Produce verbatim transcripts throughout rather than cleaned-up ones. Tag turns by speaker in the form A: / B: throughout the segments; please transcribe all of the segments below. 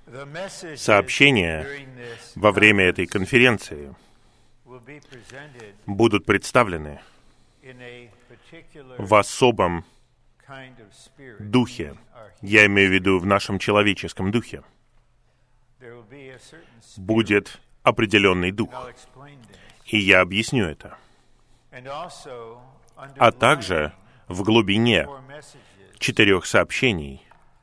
A: Сообщения во время этой конференции будут представлены в особом духе. Я имею в виду в нашем человеческом духе. Будет определенный дух. И я объясню это. А также в глубине четырех сообщений,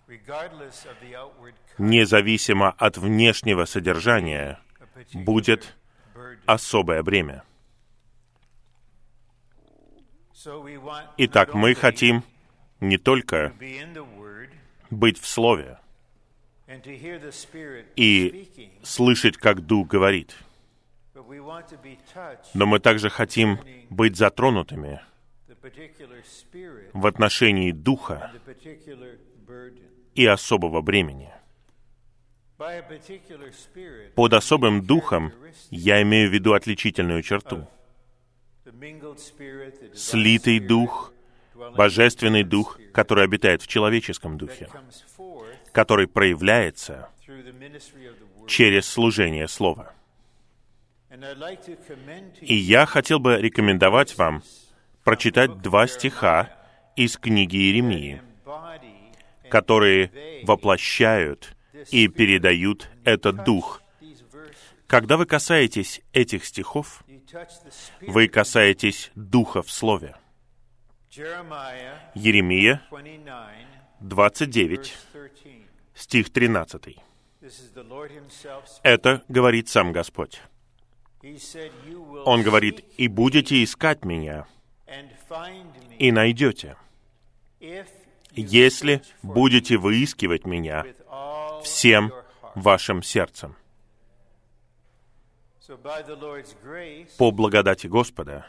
A: независимо от внешнего содержания, будет особое бремя. Итак, мы хотим не только быть в Слове и слышать, как Дух говорит, но мы также хотим быть затронутыми в отношении Духа и особого бремени. Под особым Духом я имею в виду отличительную черту. Слитый Дух, Божественный Дух, который обитает в человеческом Духе, который проявляется через служение Слова. И я хотел бы рекомендовать вам прочитать два стиха из книги Иеремии, которые воплощают и передают этот дух. Когда вы касаетесь этих стихов, вы касаетесь Духа в Слове. Иеремия двадцать девять, стих тринадцатый. Это говорит сам Господь. Он говорит: «И будете искать Меня, и найдете, если будете выискивать Меня всем вашим сердцем». По благодати Господа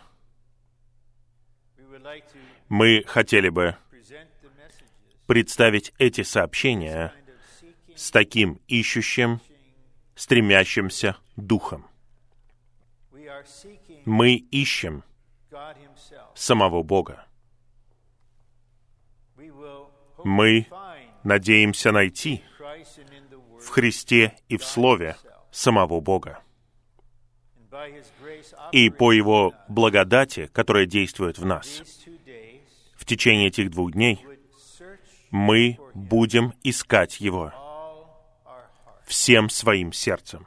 A: мы хотели бы представить эти сообщения с таким ищущим, стремящимся духом. Мы ищем самого Бога. Мы надеемся найти в Христе и в Слове самого Бога. И по Его благодати, которая действует в нас, в течение этих двух дней мы будем искать Его всем своим сердцем.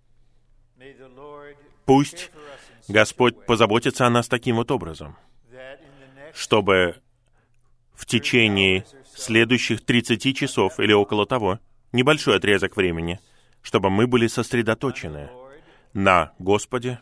A: Пусть Господь позаботится о нас таким вот образом, чтобы в течение следующих тридцати часов или около того, небольшой отрезок времени, чтобы мы были сосредоточены на Господе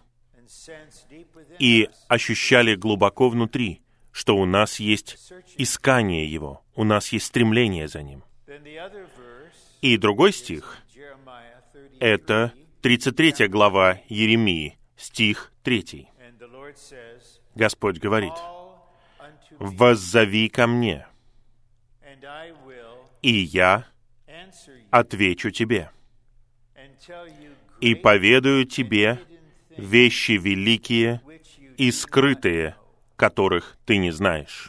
A: и ощущали глубоко внутри, что у нас есть искание Его, у нас есть стремление за Ним. И другой стих — это тридцать третья глава Иеремии, стих третий. Господь говорит: «Воззови ко мне, и я отвечу тебе, и поведаю тебе вещи великие и скрытые, которых ты не знаешь».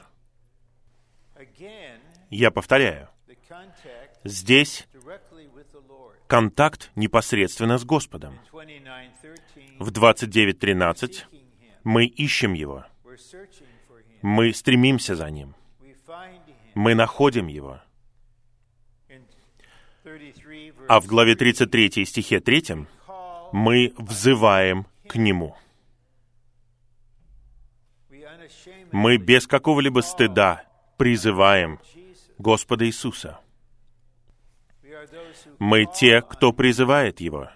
A: Я повторяю, здесь контакт непосредственно с Господом. В двадцать девять тринадцать мы ищем Его. Мы стремимся за Ним. Мы находим Его. А в главе тридцать третьей, стихе третьем, мы взываем к Нему. Мы без какого-либо стыда призываем Господа Иисуса. Мы те, кто призывает Его.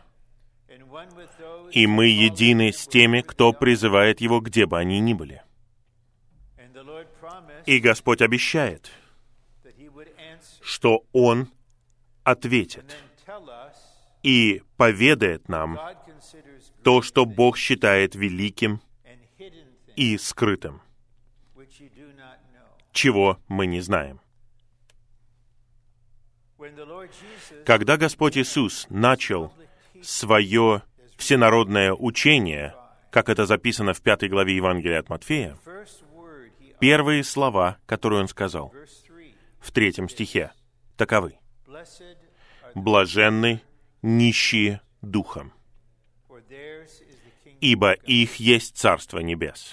A: И мы едины с теми, кто призывает Его, где бы они ни были. И Господь обещает, что Он ответит и поведает нам то, что Бог считает великим и скрытым, чего мы не знаем. Когда Господь Иисус начал свое всенародное учение, как это записано в пятой главе Евангелия от Матфея, первые слова, которые Он сказал в третьем стихе, таковы: «Блаженны нищие духом, ибо их есть Царство Небес.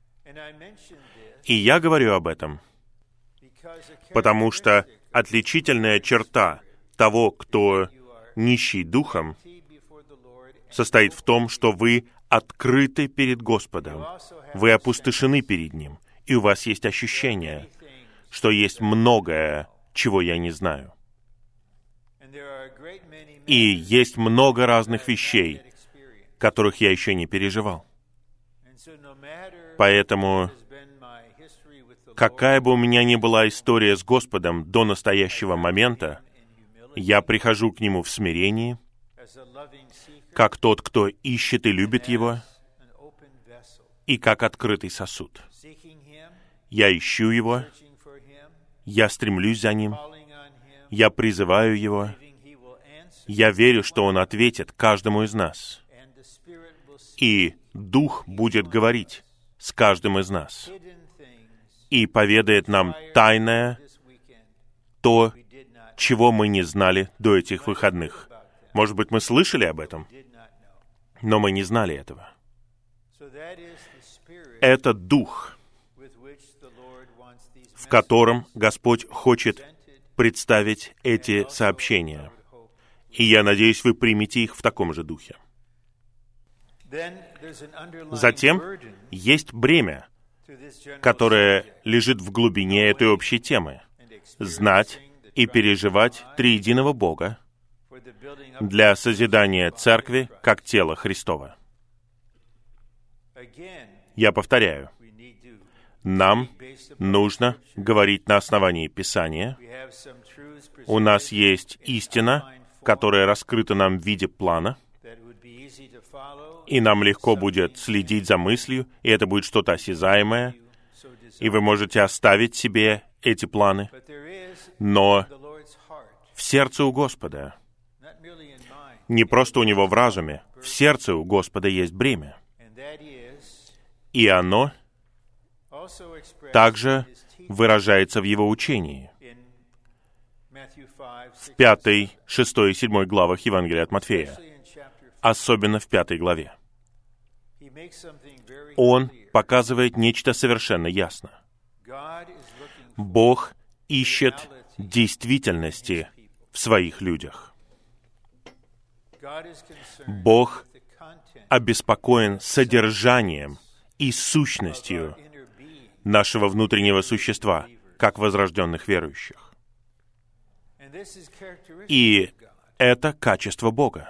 A: И я говорю об этом, потому что отличительная черта того, кто нищий духом, состоит в том, что вы открыты перед Господом, вы опустошены перед Ним, и у вас есть ощущение, что есть многое, чего я не знаю. И есть много разных вещей, которых я еще не переживал. Поэтому, какая бы у меня ни была история с Господом до настоящего момента, я прихожу к Нему в смирении, как тот, кто ищет и любит Его, и как открытый сосуд. Я ищу Его, я стремлюсь за Ним, я призываю Его, я верю, что Он ответит каждому из нас, и Дух будет говорить с каждым из нас и поведает нам тайное, то, чего мы не знали до этих выходных. Может быть, мы слышали об этом, но мы не знали этого. Это Дух, в котором Господь хочет представить эти сообщения. И я надеюсь, вы примете их в таком же духе. Затем есть бремя, которое лежит в глубине этой общей темы. Знать и переживать триединого Бога для созидания Церкви как тела Христова. Я повторяю, нам нужно говорить на основании Писания. У нас есть истина, которая раскрыта нам в виде плана, и нам легко будет следить за мыслью, и это будет что-то осязаемое, и вы можете оставить себе эти планы. Но в сердце у Господа, не просто у Него в разуме, в сердце у Господа есть бремя. И оно также выражается в Его учении. В пятой, шестой и седьмой главах Евангелия от Матфея, особенно в пятой главе. Он показывает нечто совершенно ясно. Бог ищет действительности в своих людях. Бог обеспокоен содержанием и сущностью нашего внутреннего существа, как возрожденных верующих. И это качество Бога.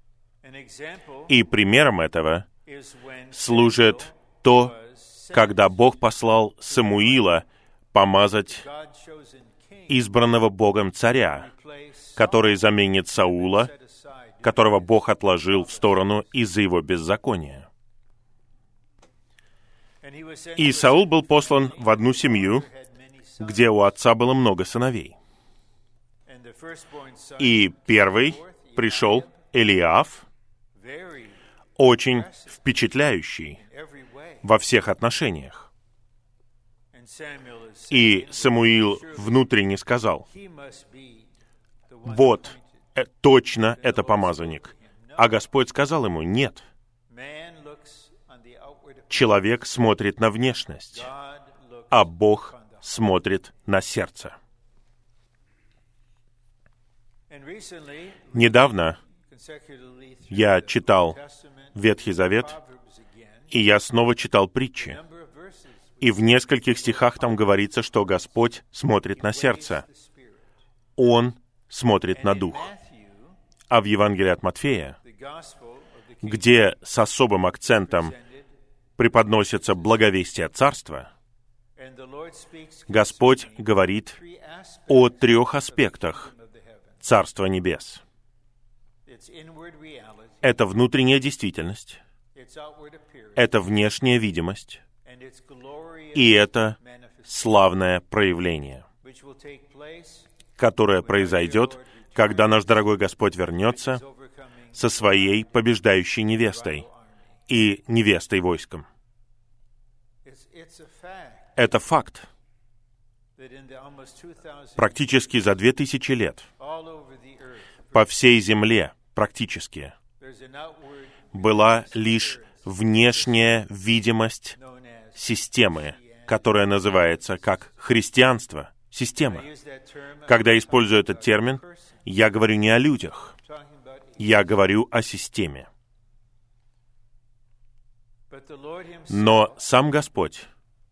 A: И примером этого служит то, когда Бог послал Самуила помазать избранного Богом царя, который заменит Саула, которого Бог отложил в сторону из-за его беззакония. И Саул был послан в одну семью, где у отца было много сыновей. И первый пришел Элиав, очень впечатляющий во всех отношениях. И Самуил внутренне сказал: «Вот, э, точно это помазанник». А Господь сказал ему: «Нет. Человек смотрит на внешность, а Бог смотрит на сердце». Недавно я читал Ветхий Завет, и я снова читал притчи. И в нескольких стихах там говорится, что Господь смотрит на сердце. Он смотрит на дух. А в Евангелии от Матфея, где с особым акцентом преподносится благовестие Царства, Господь говорит о трех аспектах Царства Небес. Это внутренняя действительность, это внешняя видимость, и это славное проявление, которое произойдет, когда наш дорогой Господь вернется со своей побеждающей невестой и невестой войском. Это факт. Практически за две тысячи лет по всей земле практические. Была лишь внешняя видимость системы, которая называется как христианство, система. Когда я использую этот термин, я говорю не о людях, я говорю о системе. Но сам Господь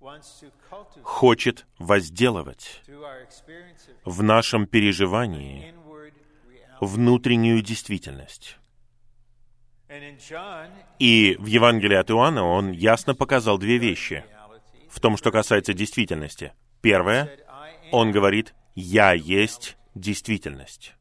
A: хочет возделывать в нашем переживании внутреннюю действительность. И в Евангелии от Иоанна он ясно показал две вещи в том, что касается действительности. Первое, он говорит: «Я есть действительность».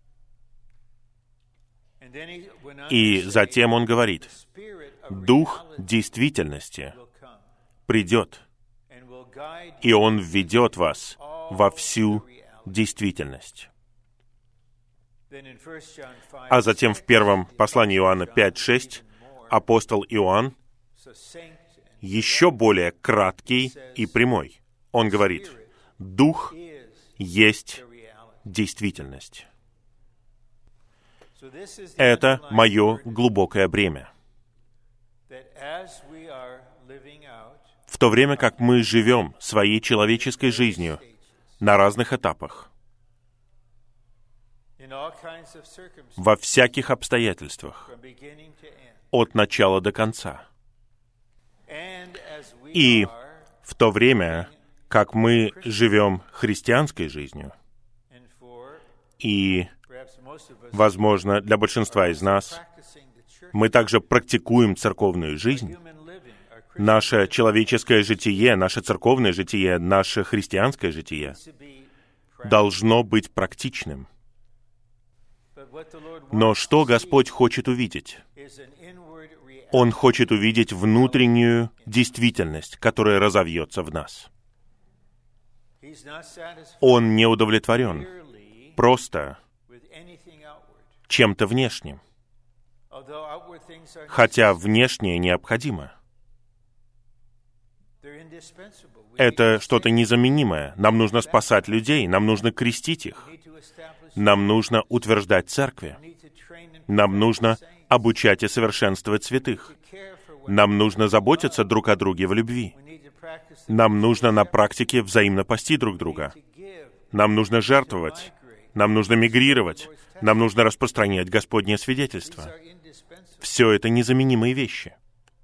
A: И затем он говорит: «Дух действительности придет, и Он введет вас во всю действительность». А затем в первом послании Иоанна пять шесть апостол Иоанн еще более краткий и прямой. Он говорит: «Дух есть действительность». Это мое глубокое бремя. В то время как мы живем своей человеческой жизнью на разных этапах, во всяких обстоятельствах, от начала до конца. И в то время, как мы живем христианской жизнью, и, возможно, для большинства из нас, мы также практикуем церковную жизнь, наше человеческое житие, наше церковное житие, наше христианское житие должно быть практичным. Но что Господь хочет увидеть? Он хочет увидеть внутреннюю действительность, которая разовьется в нас. Он не удовлетворен просто чем-то внешним, хотя внешнее необходимо. Это что-то незаменимое. Нам нужно спасать людей, нам нужно крестить их, нам нужно утверждать церкви, нам нужно обучать и совершенствовать святых, нам нужно заботиться друг о друге в любви, нам нужно на практике взаимно пасти друг друга, нам нужно жертвовать, нам нужно мигрировать, нам нужно распространять Господнее свидетельство. Все это незаменимые вещи.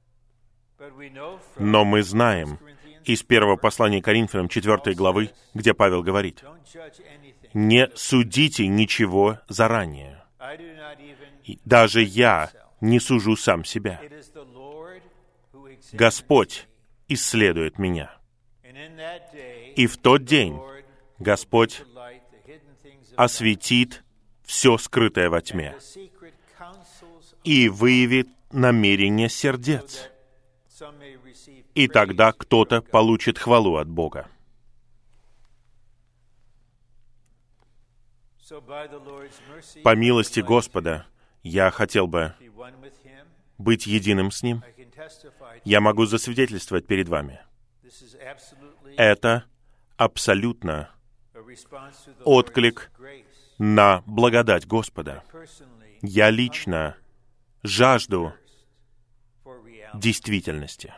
A: Но мы знаем из первого послания Коринфянам четвёртой главы, где Павел говорит: «Не судите ничего заранее. Даже я не сужу сам себя. Господь исследует меня». И в тот день Господь осветит все скрытое во тьме и выявит намерения сердец. И тогда кто-то получит хвалу от Бога. По милости Господа, я хотел бы быть единым с Ним. Я могу засвидетельствовать перед вами. Это абсолютно отклик на благодать Господа. Я лично жажду действительности.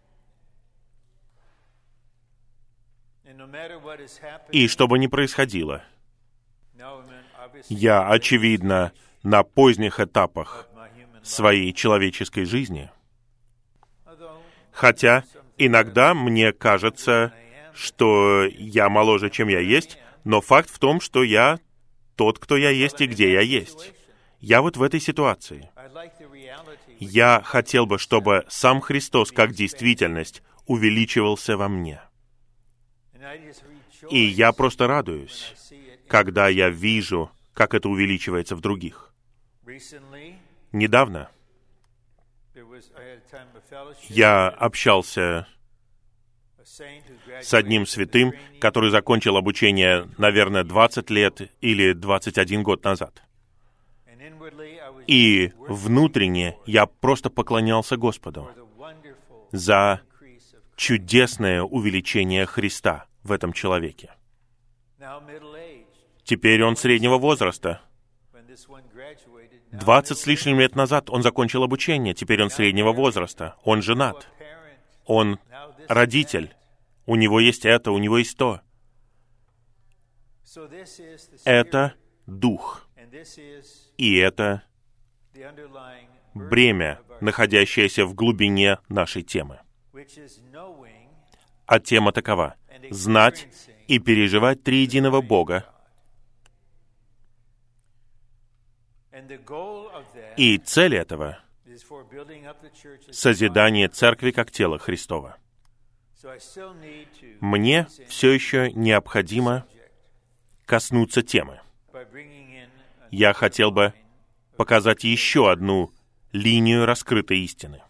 A: И что бы ни происходило, я, очевидно, на поздних этапах своей человеческой жизни, хотя иногда мне кажется, что я моложе, чем я есть, но факт в том, что я тот, кто я есть и где я есть. Я вот в этой ситуации. Я хотел бы, чтобы сам Христос, как действительность, увеличивался во мне. И я просто радуюсь, когда я вижу, как это увеличивается в других. Недавно я общался с одним святым, который закончил обучение, наверное, двадцать лет или двадцать один год назад. И внутренне я просто поклонялся Господу за чудесное увеличение Христа в этом человеке. Теперь он среднего возраста. Двадцать с лишним лет назад он закончил обучение, теперь он среднего возраста, он женат, он родитель, у него есть это, у него есть то. Это дух, и это бремя, находящееся в глубине нашей темы. А тема такова: знать и переживать триединого Бога. И цель этого — созидание церкви как тела Христова. Мне все еще необходимо коснуться темы. Я хотел бы показать еще одну линию раскрытой истины.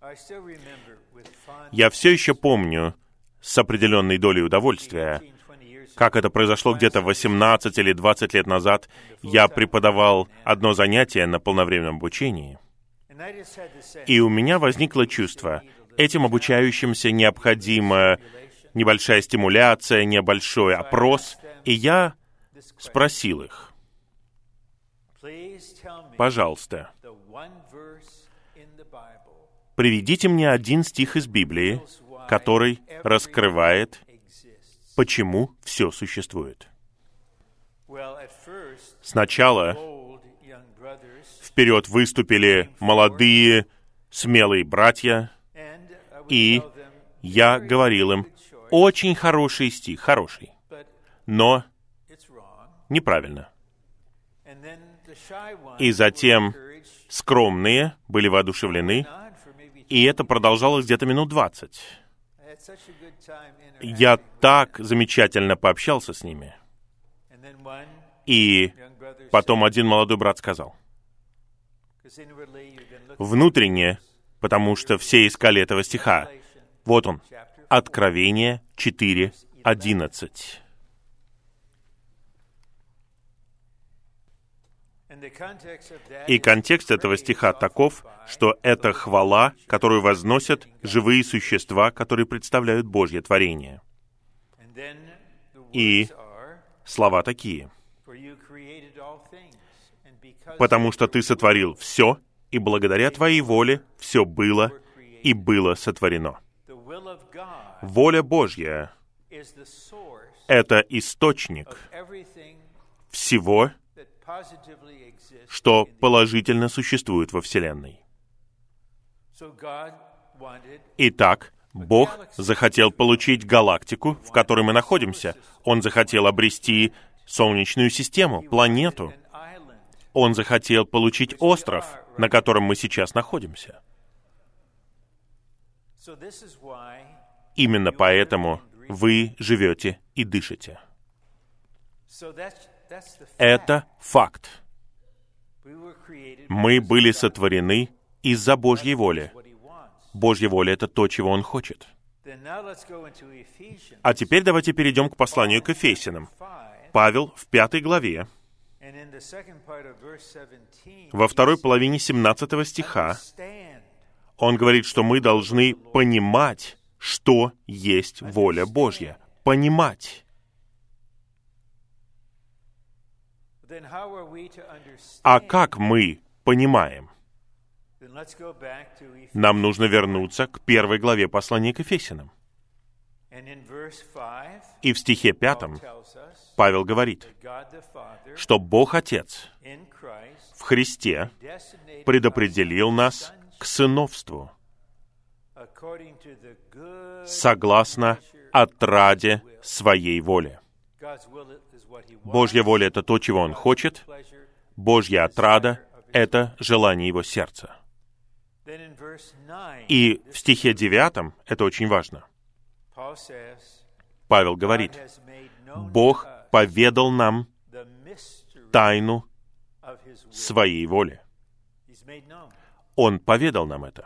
A: Я все еще помню с определенной долей удовольствия, как это произошло где-то восемнадцать или двадцать лет назад. Я преподавал одно занятие на полновременном обучении, и у меня возникло чувство, этим обучающимся необходима небольшая стимуляция, небольшой опрос, и я спросил их: пожалуйста, приведите мне один стих из Библии, который раскрывает, почему все существует. Сначала вперед выступили молодые, смелые братья, и я говорил им: очень хороший стих, хороший, но неправильно. И затем скромные были воодушевлены, и это продолжалось где-то минут двадцать. Я так замечательно пообщался с ними. И потом один молодой брат сказал: внутренне, потому что все искали этого стиха, вот он, Откровение четыре одиннадцать. И контекст этого стиха таков, что это хвала, которую возносят живые существа, которые представляют Божье творение. И слова такие: «Потому что ты сотворил все, и благодаря твоей воле все было и было сотворено». Воля Божья — это источник всего, что положительно существует во Вселенной. Итак, Бог захотел получить галактику, в которой мы находимся. Он захотел обрести Солнечную систему, планету. Он захотел получить остров, на котором мы сейчас находимся. Именно поэтому вы живете и дышите. Это факт. Мы были сотворены из-за Божьей воли. Божья воля — это то, чего Он хочет. А теперь давайте перейдем к посланию к Ефесянам. Павел в пятой главе, во второй половине семнадцатого стиха, он говорит, что мы должны понимать, что есть воля Божья. Понимать. А как мы понимаем? Нам нужно вернуться к первой главе послания к Ефесянам. И в стихе пятом Павел говорит, что Бог Отец в Христе предопределил нас к сыновству согласно отраде своей воли. Божья воля — это то, чего Он хочет. Божья отрада — это желание Его сердца. И в стихе девятом, это очень важно, Павел говорит: Бог поведал нам тайну своей воли. Он поведал нам это.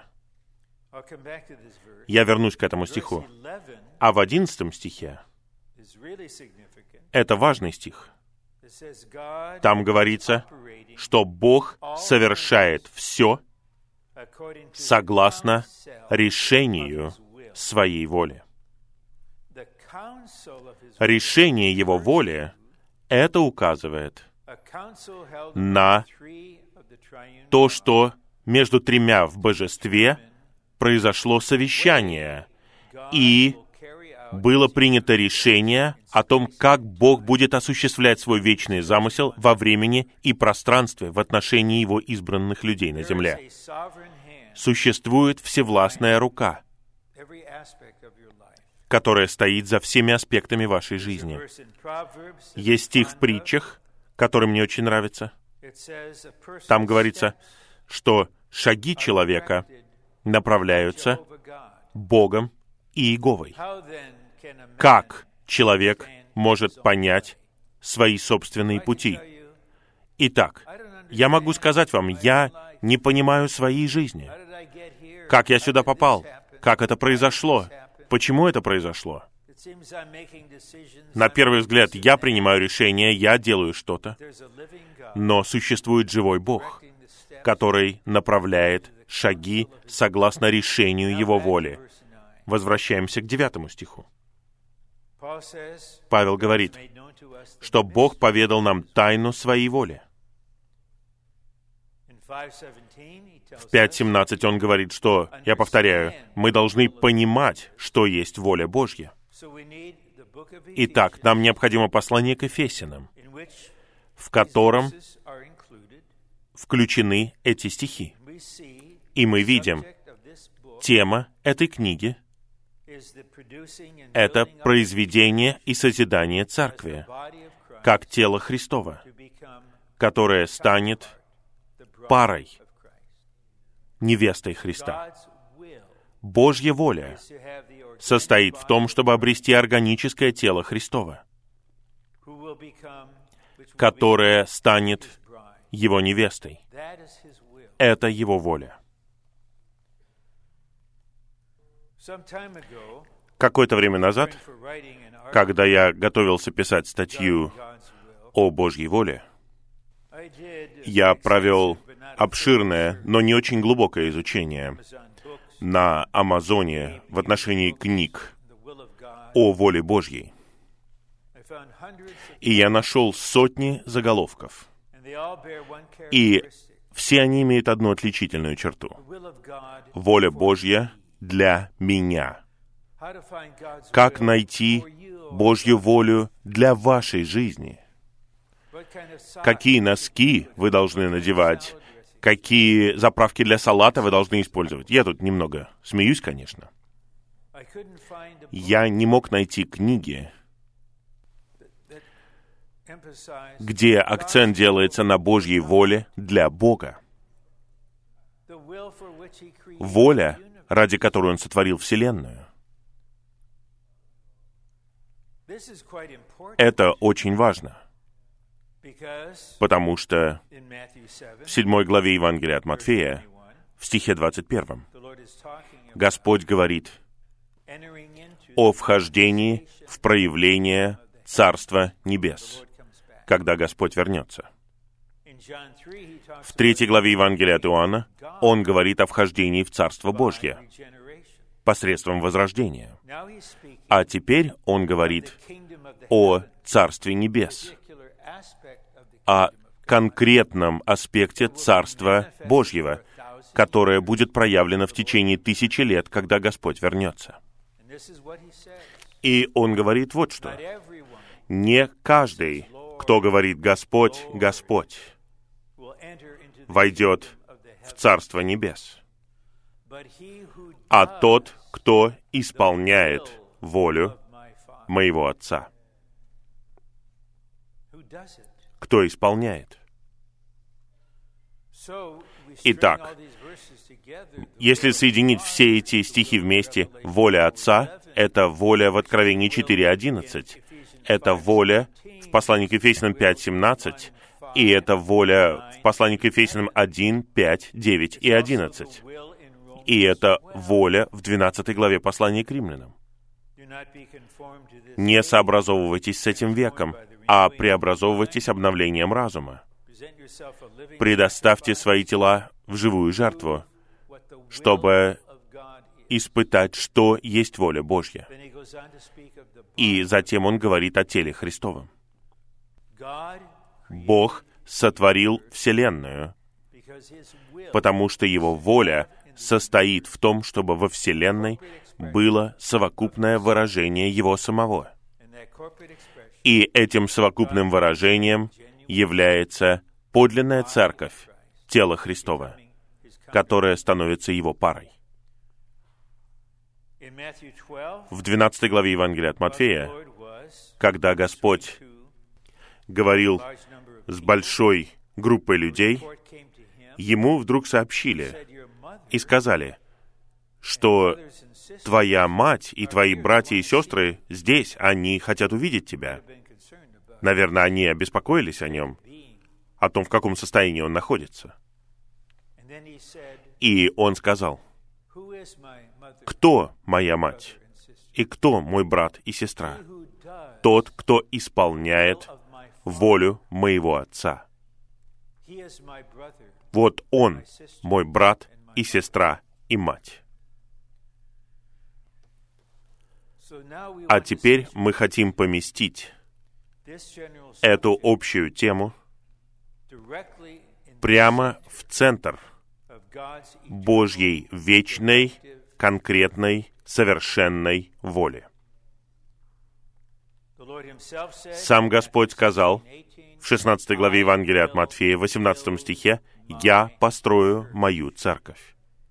A: Я вернусь к этому стиху. А в одиннадцатом стихе, это важный стих, там говорится, что Бог совершает все согласно решению своей воли. Решение Его воли — это указывает на то, что между тремя в божестве произошло совещание, и было принято решение о том, как Бог будет осуществлять свой вечный замысел во времени и пространстве в отношении Его избранных людей на земле. Существует всевластная рука, которая стоит за всеми аспектами вашей жизни. Есть стих в притчах, который мне очень нравится. Там говорится, что шаги человека направляются Богом и Иеговой. Как человек может понять свои собственные пути? Итак, я могу сказать вам, я не понимаю своей жизни. Как я сюда попал? Как это произошло? Почему это произошло? На первый взгляд, я принимаю решение, я делаю что-то, но существует живой Бог, который направляет шаги согласно решению Его воли. Возвращаемся к девятому стиху. Павел говорит, что Бог поведал нам тайну своей воли. В пять семнадцать он говорит, что, я повторяю, мы должны понимать, что есть воля Божья. Итак, нам необходимо послание к Ефесянам, в котором включены эти стихи. И мы видим, тема этой книги — это произведение и созидание Церкви, как тело Христова, которое станет парой, невестой Христа. Божья воля состоит в том, чтобы обрести органическое тело Христова, которое станет Его невестой. Это Его воля. Какое-то время назад, когда я готовился писать статью о Божьей воле, я провел обширное, но не очень глубокое изучение на Амазоне в отношении книг о воле Божьей. И я нашел сотни заголовков. И все они имеют одну отличительную черту. Воля Божья для меня. Как найти Божью волю для вашей жизни? Какие носки вы должны надевать? Какие заправки для салата вы должны использовать? Я тут немного смеюсь, конечно. Я не мог найти книги, где акцент делается на Божьей воле для Бога. Воля, ради которой Он сотворил Вселенную. Это очень важно, потому что в седьмой главе Евангелия от Матфея, в стихе двадцать первом, Господь говорит о вхождении в проявление Царства Небес, когда Господь вернется. В третьей главе Евангелия от Иоанна Он говорит о вхождении в Царство Божье посредством возрождения. А теперь Он говорит о Царстве Небес, о конкретном аспекте Царства Божьего, которое будет проявлено в течение тысячи лет, когда Господь вернется. И Он говорит вот что. Не каждый, кто говорит «Господь, Господь», войдет в Царство Небес, а тот, кто исполняет волю моего Отца. Кто исполняет? Итак, если соединить все эти стихи вместе, воля Отца — это воля в Откровении четыре одиннадцать, это воля в послании к Ефесянам пять семнадцать, и это воля в послании к Ефесянам один, пять, девять и одиннадцать. И это воля в двенадцатой главе послания к Римлянам. Не сообразовывайтесь с этим веком, а преобразовывайтесь обновлением разума. Предоставьте свои тела в живую жертву, чтобы испытать, что есть воля Божья. И затем он говорит о теле Христовом. Бог сотворил Вселенную, потому что Его воля состоит в том, чтобы во Вселенной было совокупное выражение Его самого. И этим совокупным выражением является подлинная церковь, тело Христово, которое становится Его парой. В двенадцатой главе Евангелия от Матфея, когда Господь говорил с большой группой людей, Ему вдруг сообщили и сказали, что твоя мать и твои братья и сестры здесь, они хотят увидеть тебя. Наверное, они обеспокоились о нем, о том, в каком состоянии он находится. И он сказал, «Кто моя мать? И кто мой брат и сестра? Тот, кто исполняет волю моего Отца. Вот он, мой брат и сестра и мать». А теперь мы хотим поместить эту общую тему прямо в центр Божьей вечной, конкретной, совершенной воли. Сам Господь сказал в шестнадцатой главе Евангелия от Матфея, в восемнадцатом стихе, «Я построю мою церковь».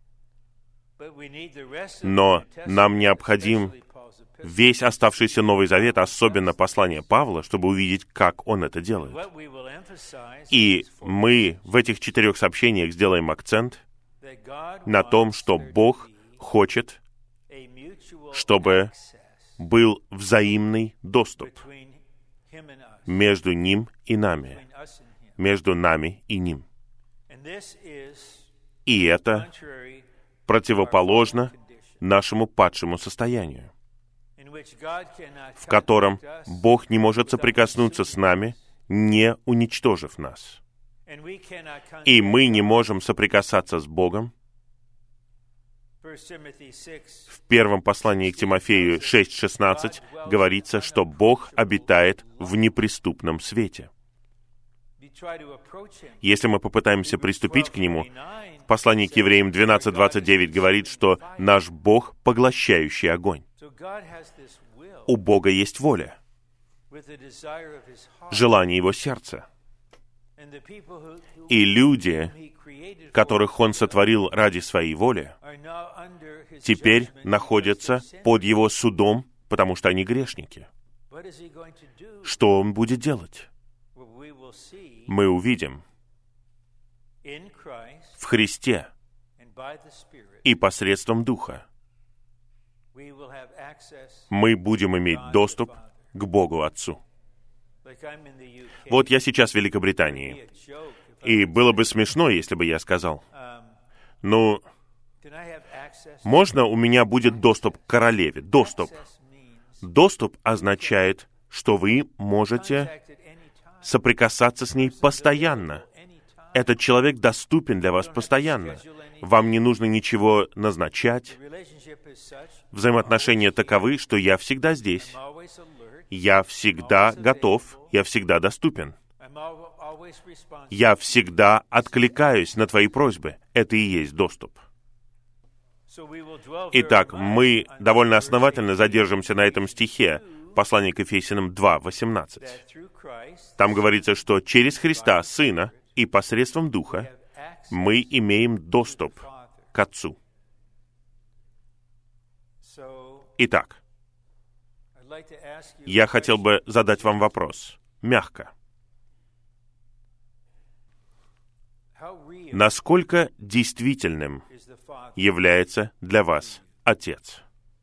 A: Но нам необходим весь оставшийся Новый Завет, особенно послание Павла, чтобы увидеть, как он это делает. И мы в этих четырех сообщениях сделаем акцент на том, что Бог хочет, чтобы был взаимный доступ между Ним и нами, между нами и Ним. И это противоположно нашему падшему состоянию, в котором Бог не может соприкоснуться с нами, не уничтожив нас. И мы не можем соприкасаться с Богом. В первом послании к Тимофею шесть шестнадцать говорится, что Бог обитает в неприступном свете. Если мы попытаемся приступить к Нему, в послании к Евреям двенадцать двадцать девять говорит, что наш Бог — поглощающий огонь. У Бога есть воля, желание Его сердца. И люди, которых Он сотворил ради своей воли, теперь находятся под Его судом, потому что они грешники. Что Он будет делать? Мы увидим в Христе и посредством Духа мы будем иметь доступ к Богу Отцу. Вот я сейчас в Великобритании, и было бы смешно, если бы я сказал, ну, можно у меня будет доступ к королеве? Доступ. Доступ означает, что вы можете соприкасаться с ней постоянно. Этот человек доступен для вас постоянно. Вам не нужно ничего назначать. Взаимоотношения таковы, что я всегда здесь. Я всегда готов, я всегда доступен. Я всегда откликаюсь на твои просьбы. Это и есть доступ. Итак, мы довольно основательно задержимся на этом стихе, послание к Ефесянам два восемнадцать. Там говорится, что через Христа, Сына, и посредством Духа мы имеем доступ к Отцу. Итак, я хотел бы задать вам вопрос, мягко. Насколько действительным является для вас Отец?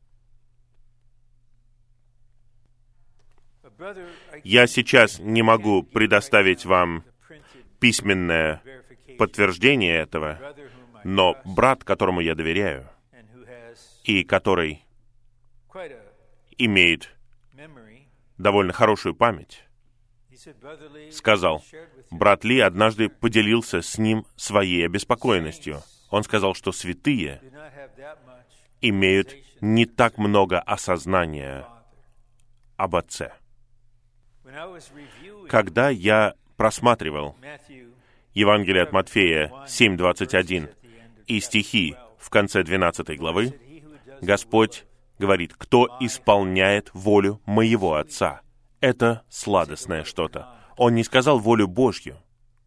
A: Я сейчас не могу предоставить вам письменное подтверждение этого, но брат, которому я доверяю, и который имеет довольно хорошую память, сказал, брат Ли однажды поделился с ним своей обеспокоенностью. Он сказал, что святые имеют не так много осознания об Отце. Когда я просматривал Евангелие от Матфея семь двадцать один и стихи в конце двенадцатой главы, Господь говорит: «Кто исполняет волю моего Отца». Это сладостное что-то. Он не сказал волю Божью.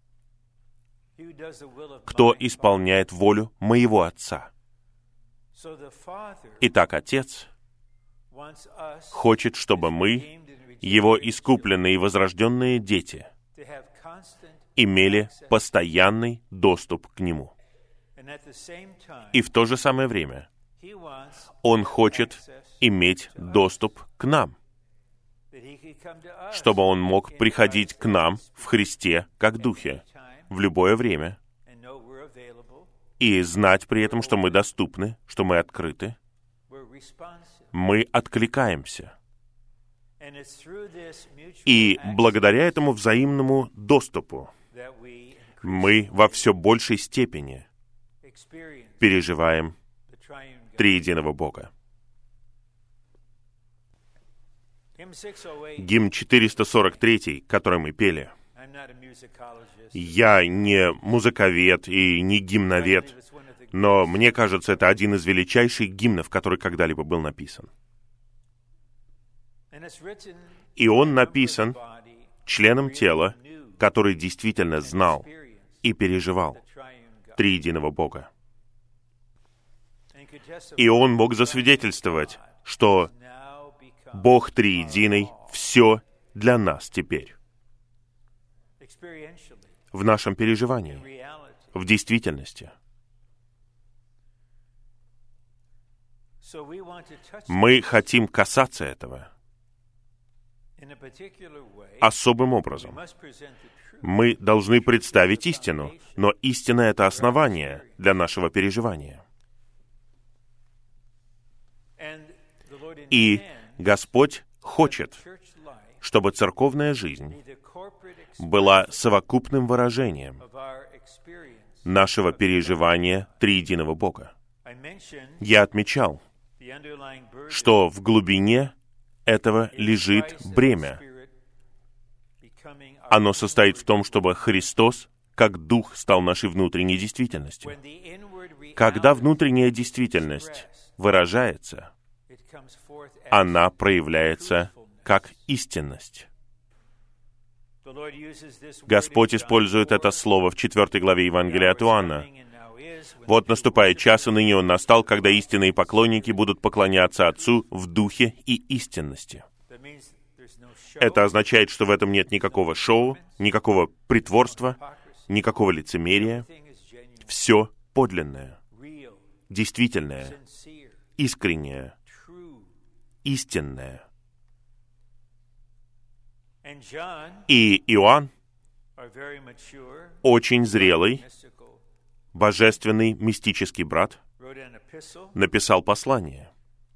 A: «Кто исполняет волю моего Отца». Итак, Отец хочет, чтобы мы, Его искупленные и возрожденные дети, имели постоянный доступ к Нему. И в то же самое время Он хочет иметь доступ к нам, чтобы Он мог приходить к нам в Христе как Духе в любое время и знать при этом, что мы доступны, что мы открыты, мы откликаемся. И благодаря этому взаимному доступу мы во все большей степени переживаем триединого Бога. Гимн четыреста сорок три, который мы пели. Я не музыковед и не гимновед, но мне кажется, это один из величайших гимнов, который когда-либо был написан. И он написан членом тела, который действительно знал и переживал триединого Бога. И он мог засвидетельствовать, что Бог триединый — все для нас теперь. В нашем переживании, в действительности. Мы хотим касаться этого особым образом. Мы должны представить истину, но истина — это основание для нашего переживания. И Господь хочет, чтобы церковная жизнь была совокупным выражением нашего переживания триединого Бога. Я отмечал, что в глубине этого лежит бремя. Оно состоит в том, чтобы Христос, как Дух, стал нашей внутренней действительностью. Когда внутренняя действительность выражается, она проявляется как истинность. Господь использует это слово в четвертой главе Евангелия от Иоанна. «Вот наступает час, и ныне он настал, когда истинные поклонники будут поклоняться Отцу в духе и истинности». Это означает, что в этом нет никакого шоу, никакого притворства, никакого лицемерия. Все подлинное, действительное, искреннее, истинное. И Иоанн, очень зрелый, божественный мистический брат, написал послание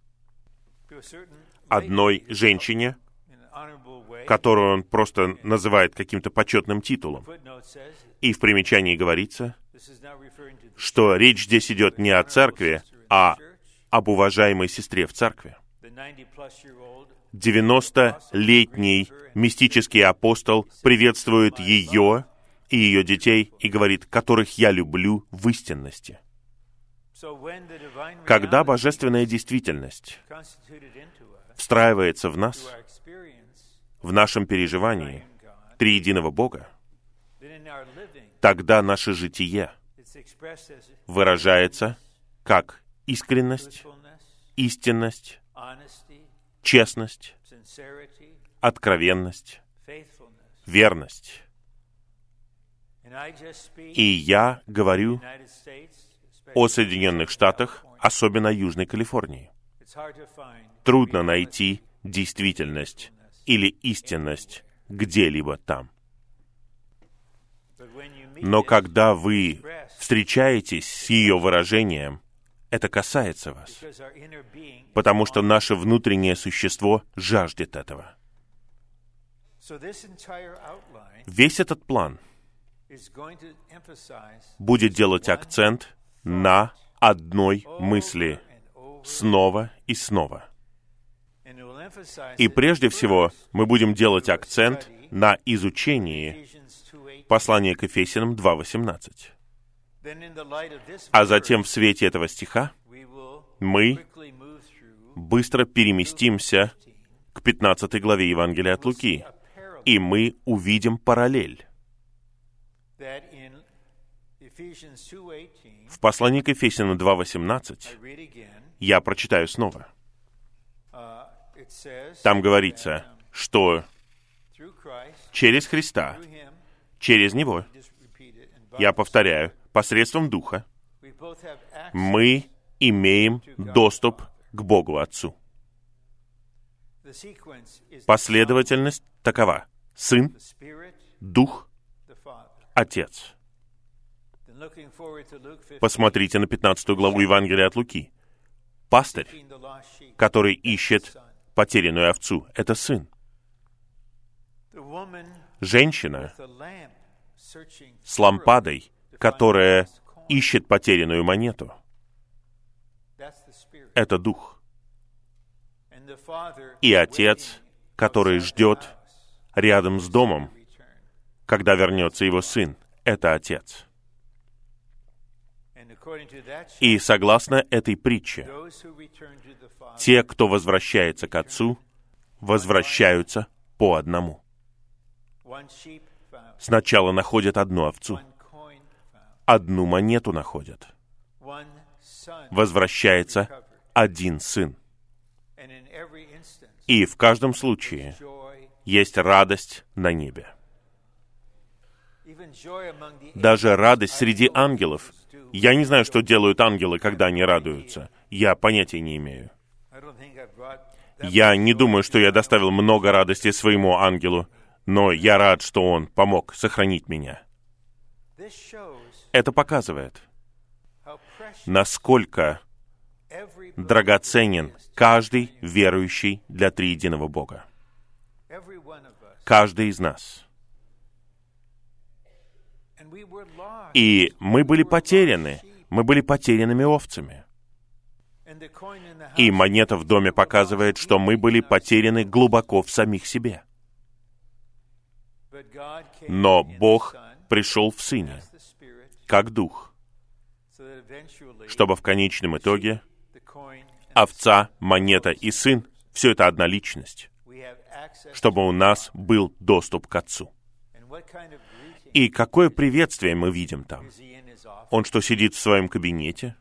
A: одной женщине, которую он просто называет каким-то почетным титулом. И в примечании говорится, что речь здесь идет не о церкви, а об уважаемой сестре в церкви. девяностолетний мистический апостол приветствует ее и ее детей и говорит: «которых я люблю в истинности». Когда божественная действительность встраивается в нас, в нашем переживании триединого Бога, тогда наше житие выражается как искренность, истинность, честность, откровенность, верность. И я говорю о Соединенных Штатах, особенно Южной Калифорнии. Трудно найти действительность или истинность где-либо там. Но когда вы встречаетесь с ее выражением, это касается вас, потому что наше внутреннее существо жаждет этого. Весь этот план будет делать акцент на одной мысли снова и снова. И прежде всего мы будем делать акцент на изучении послания к Ефесянам два восемнадцать. А затем в свете этого стиха мы быстро переместимся к пятнадцатой главе Евангелия от Луки, и мы увидим параллель. В послании к Ефесянам два восемнадцать я прочитаю снова. Там говорится, что через Христа, через Него, я повторяю, посредством Духа, мы имеем доступ к Богу Отцу. Последовательность такова: Сын, Дух, Отец. Посмотрите на пятнадцатую главу Евангелия от Луки. Пастырь, который ищет потерянную овцу, — это Сын. Женщина с лампадой, которая ищет потерянную монету, — это Дух. И Отец, который ждет рядом с домом, когда вернется Его Сын, — это Отец. И согласно этой притче, те, кто возвращается к Отцу, возвращаются по одному. Сначала находят одну овцу, одну монету находят. Возвращается один сын. И в каждом случае есть радость на небе. Даже радость среди ангелов. Я не знаю, что делают ангелы, когда они радуются. Я понятия не имею. Я не думаю, что я доставил много радости своему ангелу, но я рад, что он помог сохранить меня. Это показывает, насколько драгоценен каждый верующий для триединого Бога. Каждый из нас. И мы были потеряны. Мы были потерянными овцами. И монета в доме показывает, что мы были потеряны глубоко в самих себе. Но Бог пришел в Сыне, как Дух, чтобы в конечном итоге овца, монета и Сын — все это одна личность, чтобы у нас был доступ к Отцу. И какое приветствие мы видим там? Он что, сидит в своем кабинете?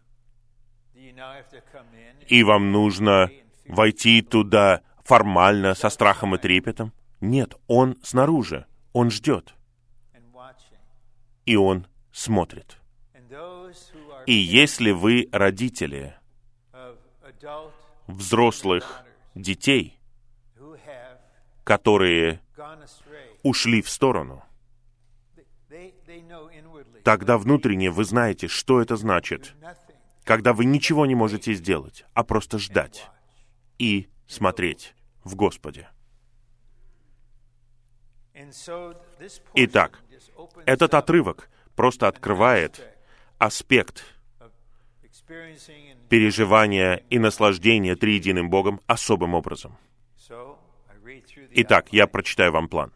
A: И вам нужно войти туда формально, со страхом и трепетом? Нет, он снаружи, он ждет. И он смотрит. И если вы родители взрослых детей, которые ушли в сторону, тогда внутренне вы знаете, что это значит, когда вы ничего не можете сделать, а просто ждать и смотреть в Господе. Итак, этот отрывок просто открывает аспект переживания и наслаждения триединым Богом особым образом. Итак, я прочитаю вам план.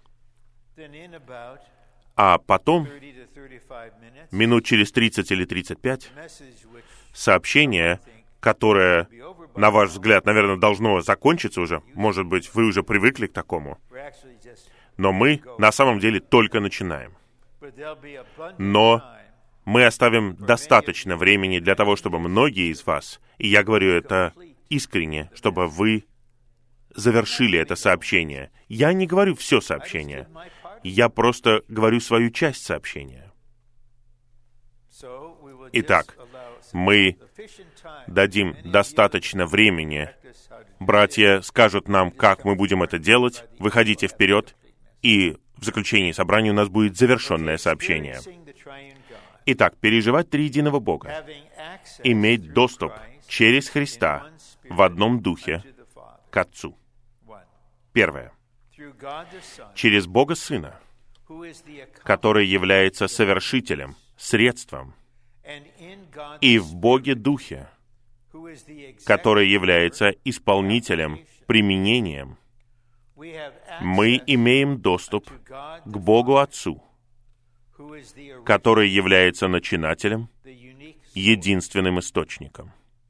A: А потом, минут через тридцать или тридцать пять, сообщение, которое, на ваш взгляд, наверное, должно закончиться уже, может быть, вы уже привыкли к такому, но мы на самом деле только начинаем. Но мы оставим достаточно времени для того, чтобы многие из вас, и я говорю это искренне, чтобы вы завершили это сообщение. Я не говорю все сообщение. Я просто говорю свою часть сообщения. Итак, мы дадим достаточно времени. Братья скажут нам, как мы будем это делать. Выходите вперед, и в заключении собрания у нас будет завершенное сообщение. Итак, переживать триединого Бога, иметь доступ через Христа в одном духе к Отцу. Первое. Через Бога Сына, который является совершителем, средством, и в Боге Духе, который является исполнителем, применением Мы имеем доступ к Богу Отцу, который является начинателем, единственным источником.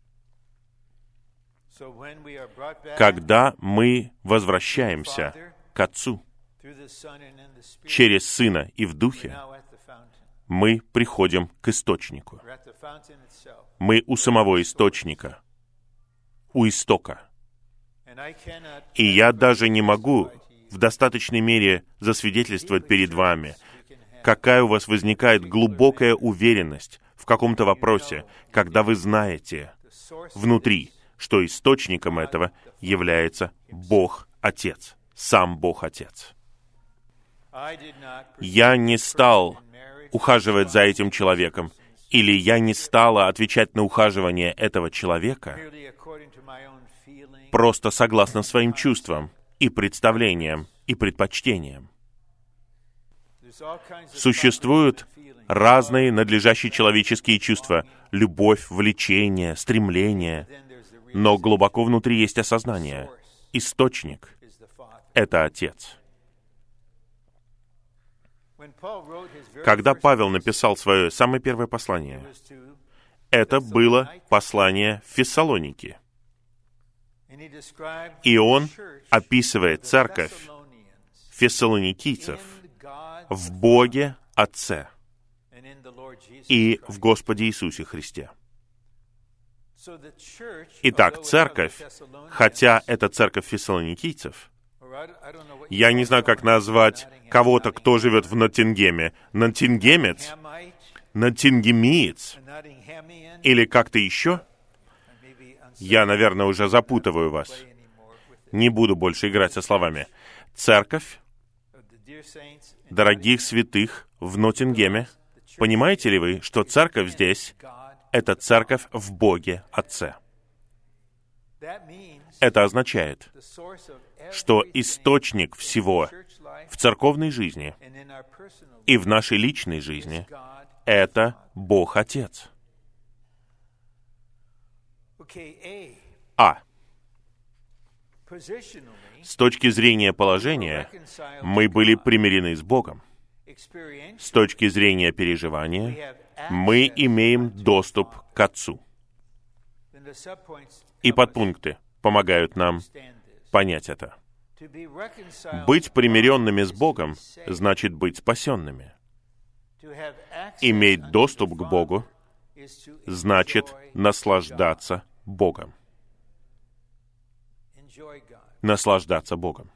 A: Когда мы возвращаемся к Отцу через Сына и в Духе, мы приходим к источнику. Мы у самого источника, у истока. И я даже не могу в достаточной мере засвидетельствовать перед вами, какая у вас возникает глубокая уверенность в каком-то вопросе, когда вы знаете внутри, что источником этого является Бог Отец, сам Бог Отец. Я не стал ухаживать за этим человеком, или я не стала отвечать на ухаживание этого человека просто согласно своим чувствам и представлениям и предпочтениям. Существуют разные надлежащие человеческие чувства, любовь, влечение, стремление, но глубоко внутри есть осознание. Источник — это Отец. Когда Павел написал свое самое первое послание, это было послание в Фессалоники. И он описывает церковь фессалоникийцев в Боге Отце и в Господе Иисусе Христе. Итак, церковь, хотя это церковь фессалоникийцев, я не знаю, как назвать кого-то, кто живет в Ноттингеме. Ноттингемец, Ноттингемиец, или как-то еще. Я, наверное, уже запутываю вас. Не буду больше играть со словами. Церковь дорогих святых в Ноттингеме. Понимаете ли вы, что церковь здесь — это церковь в Боге Отце? Это означает, что источник всего в церковной жизни и в нашей личной жизни — это Бог Отец. А. С точки зрения положения, мы были примирены с Богом. С точки зрения переживания, мы имеем доступ к Отцу. И подпункты помогают нам понять это. Быть примиренными с Богом значит быть спасенными. Иметь доступ к Богу значит наслаждаться Богом. Наслаждаться Богом.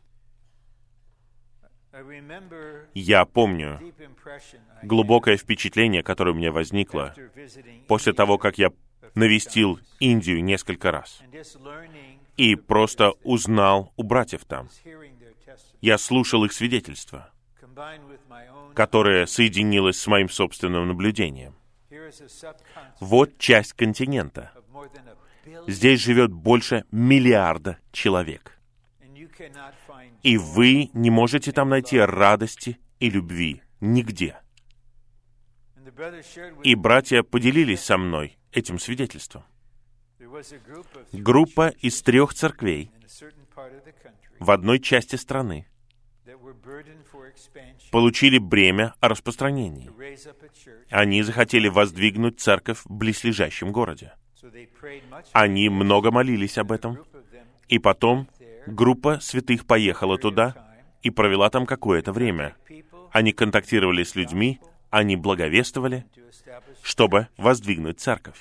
A: Я помню глубокое впечатление, которое у меня возникло после того, как я навестил Индию несколько раз и просто узнал у братьев там. Я слушал их свидетельства, которое соединилось с моим собственным наблюдением. Вот часть континента. Здесь живет больше миллиарда человек. И вы не можете там найти радости и любви нигде. И братья поделились со мной этим свидетельством. Группа из трех церквей в одной части страны получили бремя о распространении. Они захотели воздвигнуть церковь в близлежащем городе. Они много молились об этом, и потом группа святых поехала туда и провела там какое-то время. Они контактировали с людьми, они благовествовали, чтобы воздвигнуть церковь.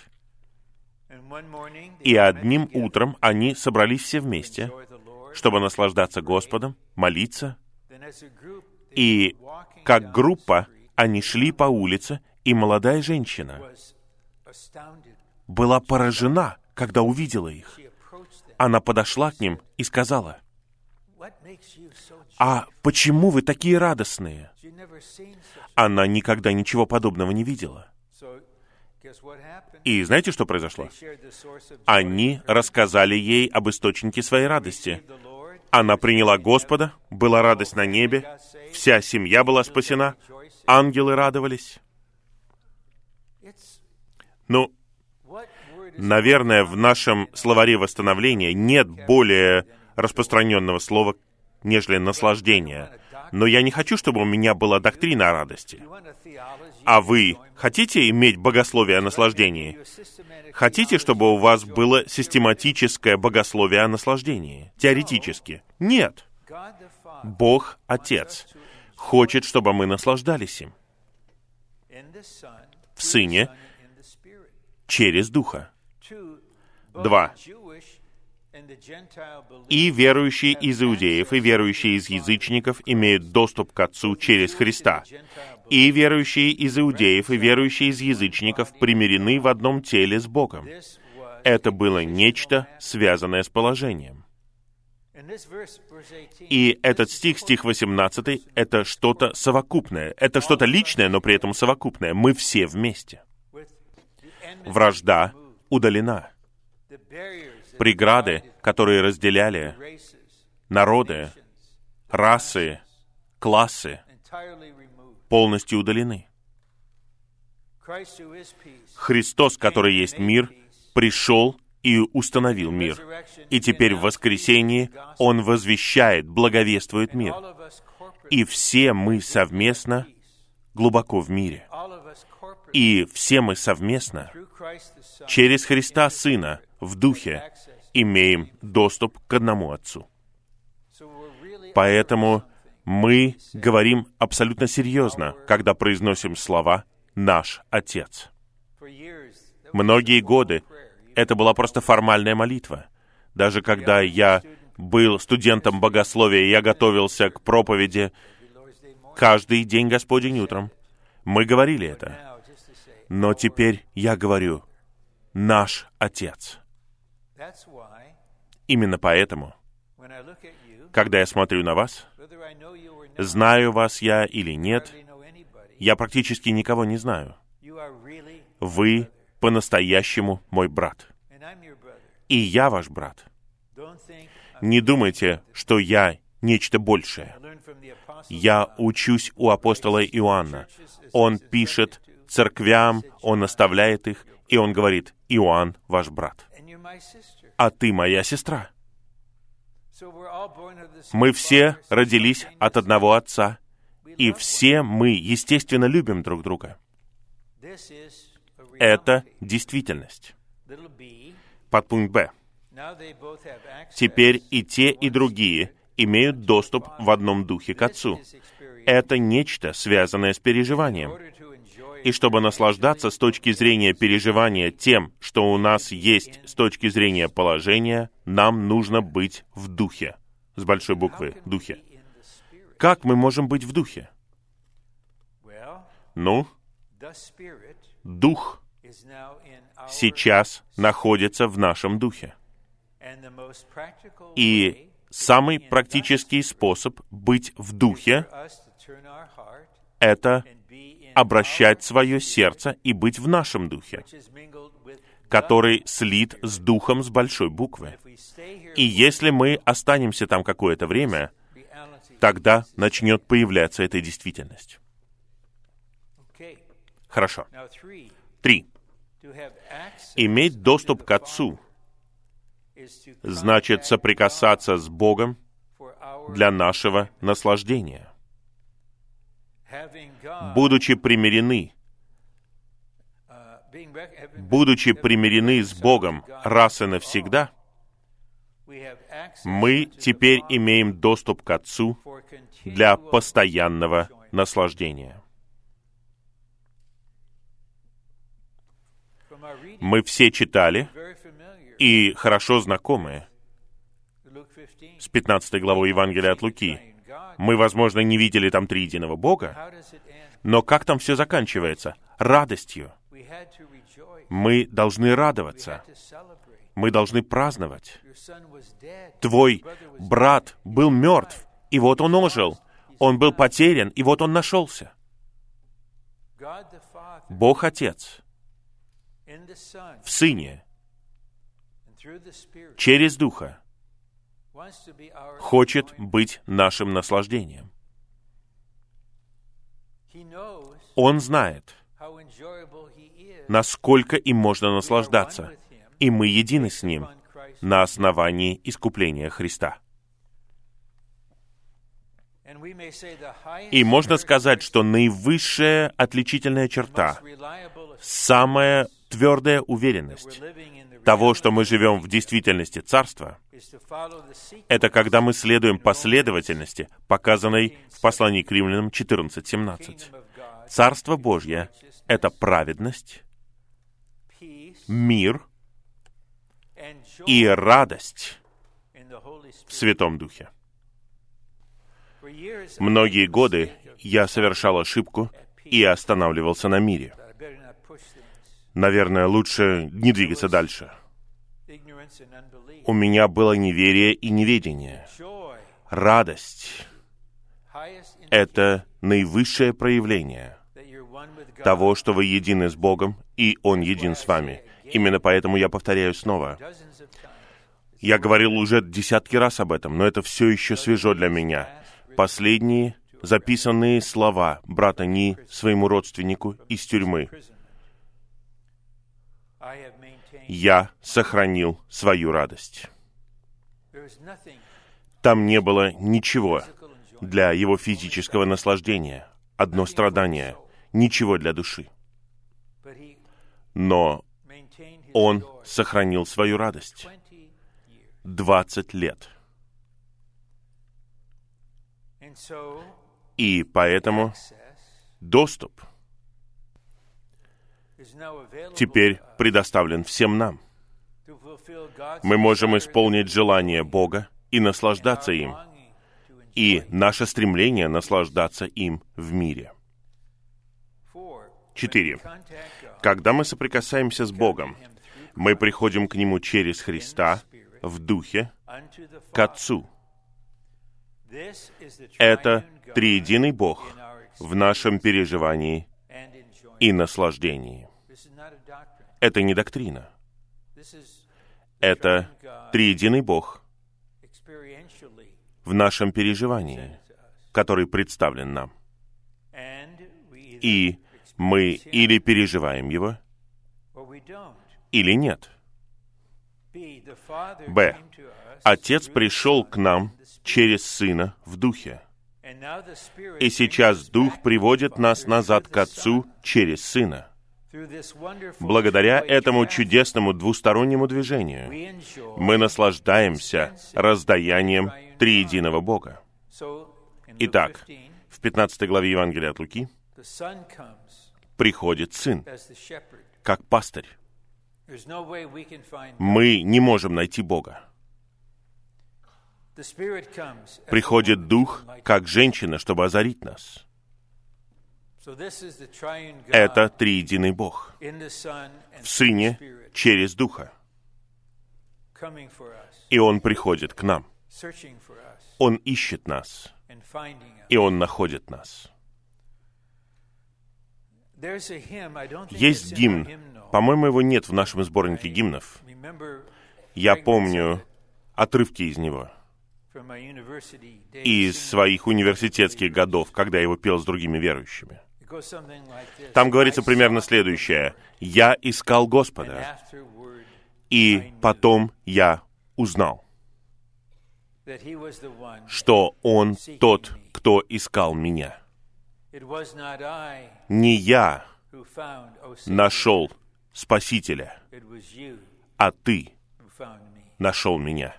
A: И одним утром они собрались все вместе, чтобы наслаждаться Господом, молиться. И как группа они шли по улице, и молодая женщина была поражена, когда увидела их. Она подошла к ним и сказала: «А почему вы такие радостные?» Она никогда ничего подобного не видела. И знаете, что произошло? Они рассказали ей об источнике своей радости. Она приняла Господа, была радость на небе, вся семья была спасена, ангелы радовались. Ну, наверное, в нашем словаре восстановления нет более распространенного слова, нежели наслаждение. Но я не хочу, чтобы у меня была доктрина о радости. А вы хотите иметь богословие о наслаждении? Хотите, чтобы у вас было систематическое богословие о наслаждении? Теоретически? Нет. Бог Отец хочет, чтобы мы наслаждались им. В Сыне, через Духа. Два. И верующие из иудеев, и верующие из язычников имеют доступ к Отцу через Христа. И верующие из иудеев, и верующие из язычников примирены в одном теле с Богом. Это было нечто, связанное с положением. И этот стих, стих восемнадцатый, это что-то совокупное. Это что-то личное, но при этом совокупное. Мы все вместе. Вражда удалена. Преграды, которые разделяли народы, расы, классы, полностью удалены. Христос, который есть мир, пришел и установил мир. И теперь в воскресении Он возвещает, благовествует мир. И все мы совместно глубоко в мире. И все мы совместно через Христа Сына в Духе имеем доступ к одному Отцу. Поэтому мы говорим абсолютно серьезно, когда произносим слова «Наш Отец». Многие годы это была просто формальная молитва. Даже когда я был студентом богословия, я готовился к проповеди каждый день Господень утром. Мы говорили это. Но теперь я говорю «Наш Отец». Именно поэтому, когда я смотрю на вас, знаю вас я или нет, я практически никого не знаю. Вы по-настоящему мой брат. И я ваш брат. Не думайте, что я нечто большее. Я учусь у апостола Иоанна. Он пишет церквям, он наставляет их, и он говорит: «Иоанн ваш брат, а ты моя сестра». Мы все родились от одного Отца, и все мы, естественно, любим друг друга. Это действительность. Подпункт Б. Теперь и те, и другие имеют доступ в одном духе к Отцу. Это нечто, связанное с переживанием. И чтобы наслаждаться с точки зрения переживания тем, что у нас есть с точки зрения положения, нам нужно быть в духе. С большой буквы «духе». Как мы можем быть в духе? Ну, дух сейчас находится в нашем духе. И самый практический способ быть в духе — это обращать свое сердце и быть в нашем духе, который слит с духом с большой буквы. И если мы останемся там какое-то время, тогда начнет появляться эта действительность. Хорошо. Три. Иметь доступ к Отцу значит соприкасаться с Богом для нашего наслаждения. Будучи примирены, будучи примирены с Богом раз и навсегда, мы теперь имеем доступ к Отцу для постоянного наслаждения. Мы все читали и хорошо знакомы с пятнадцатой главой Евангелия от Луки. Мы, возможно, не видели там триединого Бога, но как там все заканчивается? Радостью. Мы должны радоваться. Мы должны праздновать. Твой брат был мертв, и вот он ожил. Он был потерян, и вот он нашелся. Бог Отец в Сыне, через Духа, хочет быть нашим наслаждением. Он знает, насколько им можно наслаждаться, и мы едины с Ним на основании искупления Христа. И можно сказать, что наивысшая отличительная черта, самая твердая уверенность того, что мы живем в действительности Царства, это когда мы следуем последовательности, показанной в послании к Римлянам четырнадцать семнадцать. Царство Божье — это праведность, мир и радость в Святом Духе. Многие годы я совершал ошибку и останавливался на мире. Наверное, лучше не двигаться дальше. У меня было неверие и неведение. Радость — это наивысшее проявление того, что вы едины с Богом, и Он един с вами. Именно поэтому я повторяю снова. Я говорил уже десятки раз об этом, но это все еще свежо для меня. Последние записанные слова брата Ни своему родственнику из тюрьмы. Я сохранил свою радость. Там не было ничего для его физического наслаждения, одно страдание, ничего для души. Но он сохранил свою радость двадцать лет. И поэтому доступ теперь предоставлен всем нам. Мы можем исполнить желание Бога и наслаждаться им, и наше стремление наслаждаться им в мире. Четыре. Когда мы соприкасаемся с Богом, мы приходим к Нему через Христа в Духе к Отцу. Это триединый Бог в нашем переживании и наслаждении. Это не доктрина. Это триединый Бог в нашем переживании, который представлен нам. И мы или переживаем Его, или нет. Б. Отец пришел к нам через Сына в Духе. И сейчас Дух приводит нас назад к Отцу через Сына. Благодаря этому чудесному двустороннему движению мы наслаждаемся раздаянием триединого Бога. Итак, в пятнадцатой главе Евангелия от Луки приходит Сын, как пастырь. Мы не можем найти Бога. Приходит Дух, как женщина, чтобы озарить нас. Это триединый Бог в Сыне через Духа. И Он приходит к нам. Он ищет нас. И Он находит нас. Есть гимн. По-моему, его нет в нашем сборнике гимнов. Я помню отрывки из него. Из своих университетских годов, когда я его пел с другими верующими. Там говорится примерно следующее. «Я искал Господа, и потом я узнал, что Он тот, кто искал меня. Не я нашел Спасителя, а Ты нашел меня».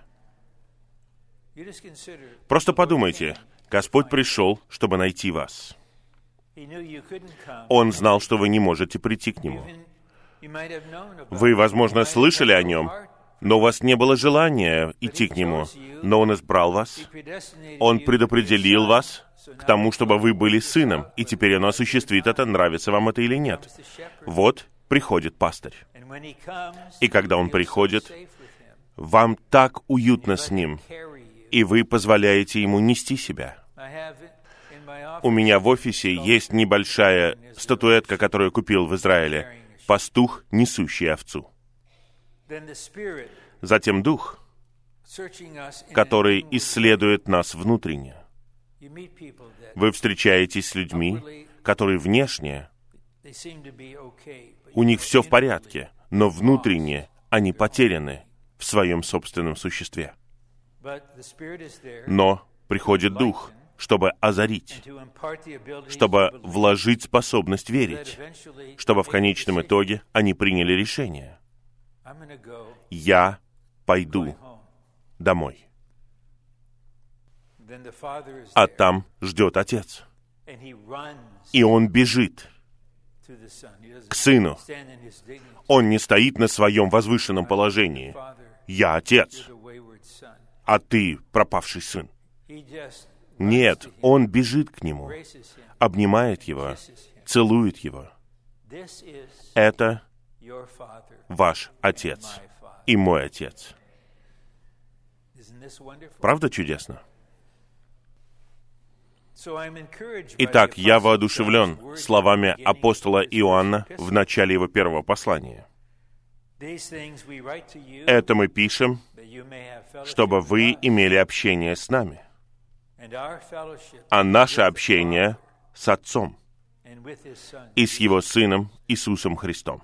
A: Просто подумайте, Господь пришел, чтобы найти вас. Он знал, что вы не можете прийти к Нему. Вы, возможно, слышали о Нем, но у вас не было желания идти к Нему. Но Он избрал вас. Он предопределил вас к тому, чтобы вы были сыном, и теперь Он осуществит это, нравится вам это или нет. Вот приходит пастырь. И когда Он приходит, вам так уютно с Ним, и вы позволяете Ему нести себя. У меня в офисе есть небольшая статуэтка, которую я купил в Израиле. Пастух, несущий овцу. Затем Дух, который исследует нас внутренне. Вы встречаетесь с людьми, которые внешне, у них все в порядке, но внутренне они потеряны в своем собственном существе. Но приходит Дух, чтобы озарить, чтобы вложить способность верить, чтобы в конечном итоге они приняли решение. Я пойду домой. А там ждет отец. И он бежит к сыну. Он не стоит на своем возвышенном положении. Я отец, а ты пропавший сын. Нет, он бежит к нему, обнимает его, целует его. Это ваш отец и мой отец. Правда чудесно? Итак, я воодушевлен словами апостола Иоанна в начале его первого послания. Это мы пишем, чтобы вы имели общение с нами, а наше общение с Отцом и с Его Сыном Иисусом Христом.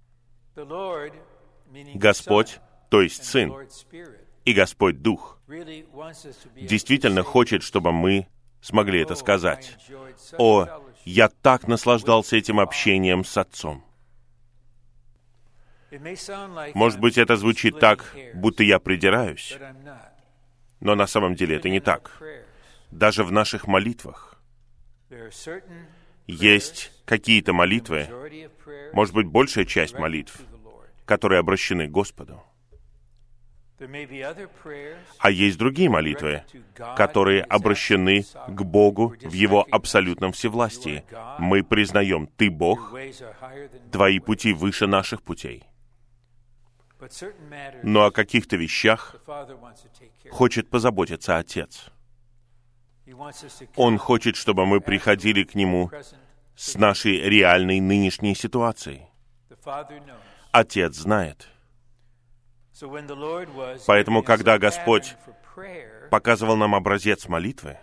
A: Господь, то есть Сын, и Господь Дух, действительно хочет, чтобы мы смогли это сказать. О, я так наслаждался этим общением с Отцом. Может быть, это звучит так, будто я придираюсь, но на самом деле это не так. Даже в наших молитвах есть какие-то молитвы, может быть, большая часть молитв, которые обращены к Господу. А есть другие молитвы, которые обращены к Богу в Его абсолютном всевластии. Мы признаем, Ты Бог, Твои пути выше наших путей. Но о каких-то вещах хочет позаботиться Отец. Он хочет, чтобы мы приходили к Нему с нашей реальной нынешней ситуацией. Отец знает. Поэтому, когда Господь показывал нам образец молитвы,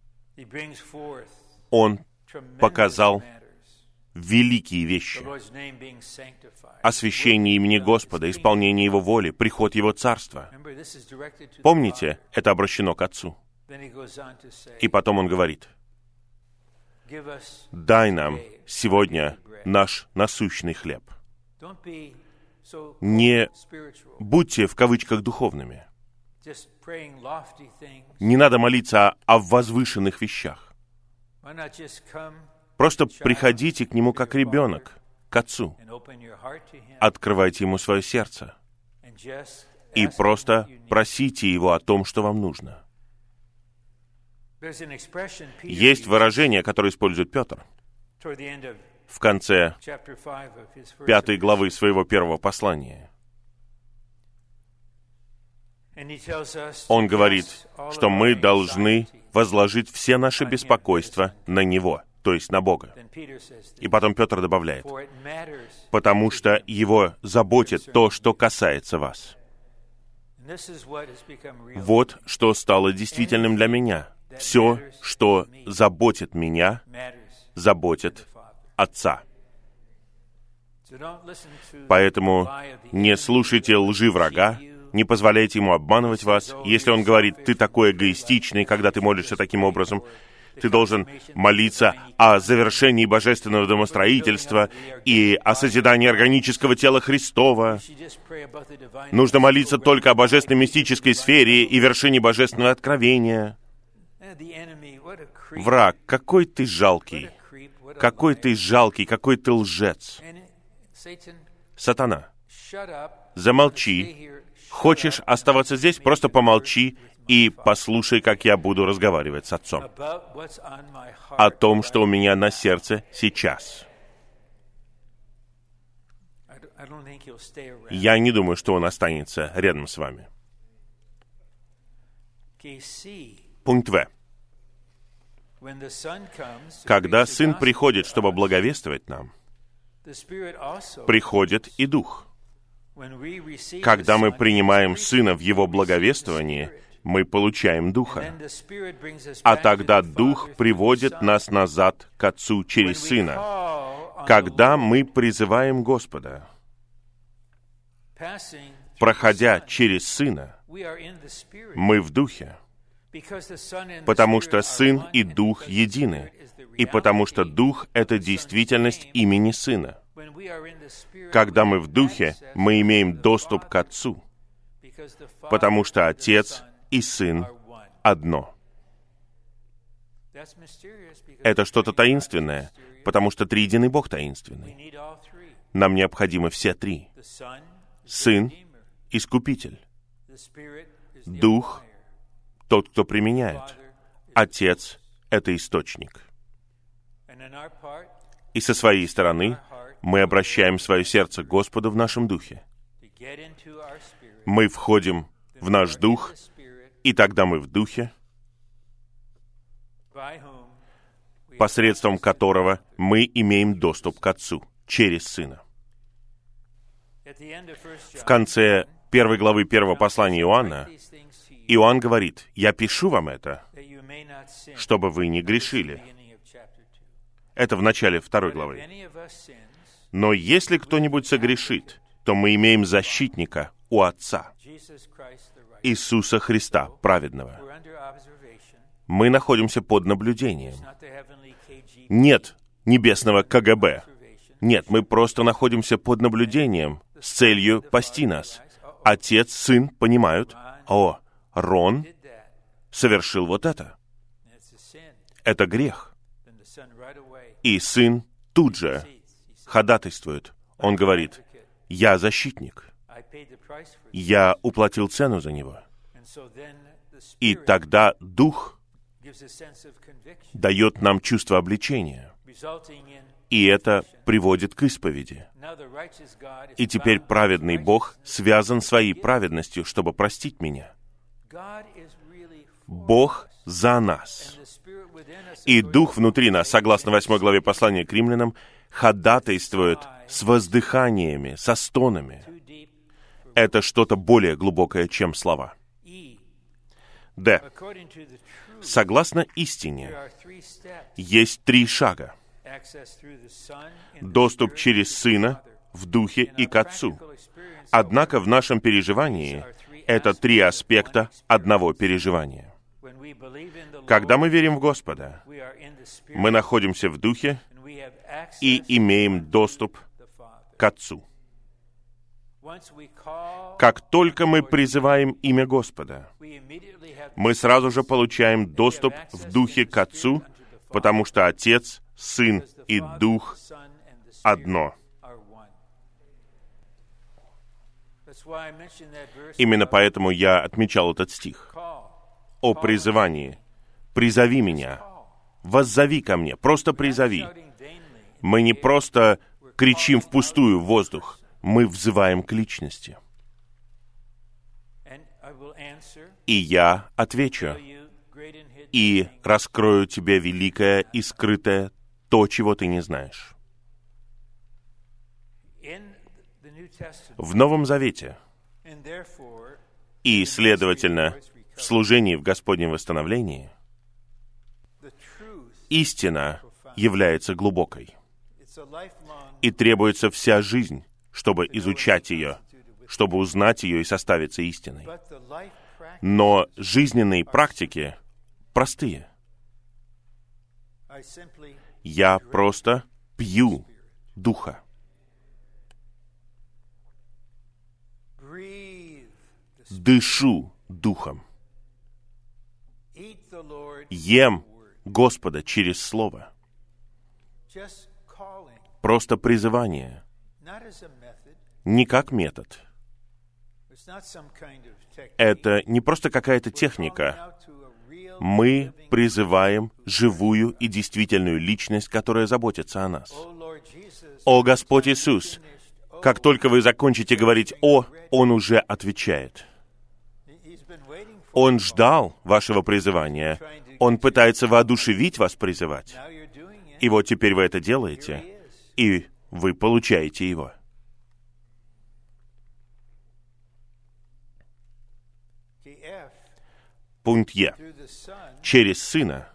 A: Он показал великие вещи. Освящение имени Господа, исполнение Его воли, приход Его Царства. Помните, это обращено к Отцу. И потом Он говорит, «Дай нам сегодня наш насущный хлеб». Не будьте в кавычках духовными. Не надо молиться о возвышенных вещах. Просто приходите к Нему как ребенок, к Отцу. Открывайте Ему свое сердце. И просто просите Его о том, что вам нужно. Есть выражение, которое использует Петр в конце пятой главы своего первого послания. Он говорит, что мы должны возложить все наши беспокойства на Него, то есть на Бога. И потом Петр добавляет, потому что Его заботит то, что касается вас. Вот что стало действительным для меня. Все, что заботит меня, заботит Отца. Поэтому не слушайте лжи врага, не позволяйте ему обманывать вас. Если он говорит, ты такой эгоистичный, когда ты молишься таким образом, ты должен молиться о завершении божественного домостроительства и о созидании органического тела Христова. Нужно молиться только о божественной мистической сфере и вершине божественного откровения. Враг, какой ты жалкий, какой ты жалкий, какой ты лжец. Сатана, замолчи. Хочешь оставаться здесь? Просто помолчи и послушай, как я буду разговаривать с Отцом о том, что у меня на сердце сейчас. Я не думаю, что он останется рядом с вами. Пункт В. Когда Сын приходит, чтобы благовествовать нам, приходит и Дух. Когда мы принимаем Сына в Его благовествовании, мы получаем Духа. А тогда Дух приводит нас назад к Отцу через Сына. Когда мы призываем Господа, проходя через Сына, мы в Духе. Потому что Сын и Дух едины, и потому что Дух — это действительность имени Сына. Когда мы в Духе, мы имеем доступ к Отцу, потому что Отец и Сын одно. Это что-то таинственное, потому что триединый Бог таинственный. Нам необходимы все три. Сын — Искупитель. Дух — тот, кто применяет. Отец — это Источник. И со своей стороны мы обращаем свое сердце к Господу в нашем духе. Мы входим в наш дух, и тогда мы в духе, посредством которого мы имеем доступ к Отцу через Сына. В конце первой главы первого послания Иоанна Иоанн говорит: «Я пишу вам это, чтобы вы не грешили». Это в начале второй главы. «Но если кто-нибудь согрешит, то мы имеем защитника у Отца, Иисуса Христа, праведного». Мы находимся под наблюдением. Нет небесного ка гэ бэ. Нет, мы просто находимся под наблюдением с целью пасти нас. Отец, Сын понимают: «О, Рон совершил вот это. Это грех». И Сын тут же ходатайствует. Он говорит: «Я защитник. Я уплатил цену за него». И тогда Дух дает нам чувство обличения. И это приводит к исповеди. И теперь праведный Бог связан своей праведностью, чтобы простить меня. Бог за нас. И Дух внутри нас, согласно восьмой главе послания к римлянам, ходатайствует с воздыханиями, со стонами. Это что-то более глубокое, чем слова. Д. Согласно истине, есть три шага. Доступ через Сына в Духе и к Отцу. Однако в нашем переживании это три аспекта одного переживания. Когда мы верим в Господа, мы находимся в Духе и имеем доступ к Отцу. Как только мы призываем имя Господа, мы сразу же получаем доступ в Духе к Отцу, потому что Отец, Сын и Дух одно. Именно поэтому я отмечал этот стих. О призывании. «Призови меня». «Воззови ко мне». Просто призови. Мы не просто кричим впустую в воздух. Мы взываем к личности. И я отвечу. И раскрою тебе великое и скрытое, то, чего ты не знаешь. В Новом Завете и, следовательно, в служении в Господнем восстановлении истина является глубокой. И требуется вся жизнь, чтобы изучать ее, чтобы узнать ее и составиться истиной. Но жизненные практики простые. Я просто пью Духа. Дышу Духом. Ем Господа через Слово. Просто призывание. Не как метод. Это не просто какая-то техника. Мы призываем живую и действительную личность, которая заботится о нас. О, Господь Иисус! Как только вы закончите говорить «О», Он уже отвечает. Он ждал вашего призывания. Он пытается воодушевить вас призывать. И вот теперь вы это делаете, и вы получаете его. Пункт Е. Через Сына.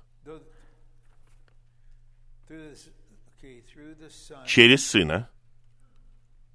A: Через Сына.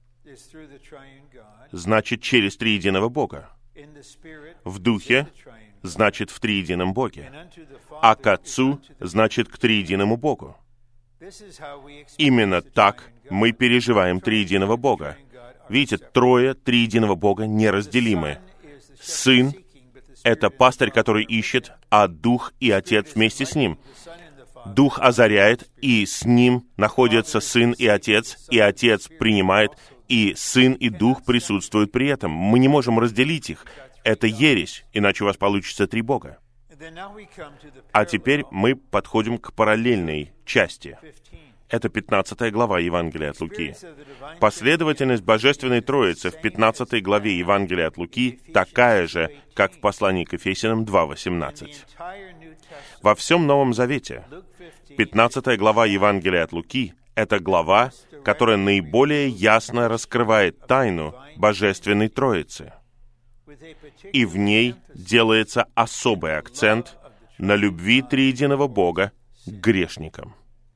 A: Значит, через триединого Бога. В Духе значит в триедином Боге, а к Отцу значит к триединому Богу. Именно так мы переживаем триединого Бога. Видите, трое триединого Бога неразделимы. Сын — это пастырь, который ищет, а Дух и Отец вместе с ним. Дух озаряет, и с ним находятся Сын и Отец, и Отец принимает, и Сын и Дух присутствуют при этом. Мы не можем разделить их. Это ересь, иначе у вас получится три Бога. А теперь мы подходим к параллельной части. Это пятнадцатая глава Евангелия от Луки. Последовательность Божественной Троицы в пятнадцатой главе Евангелия от Луки такая же, как в послании к Ефесянам два восемнадцать. Во всем Новом Завете пятнадцатая глава Евангелия от Луки — это глава, которая наиболее ясно раскрывает тайну Божественной Троицы. И в ней делается особый акцент на любви триединого Бога к грешникам.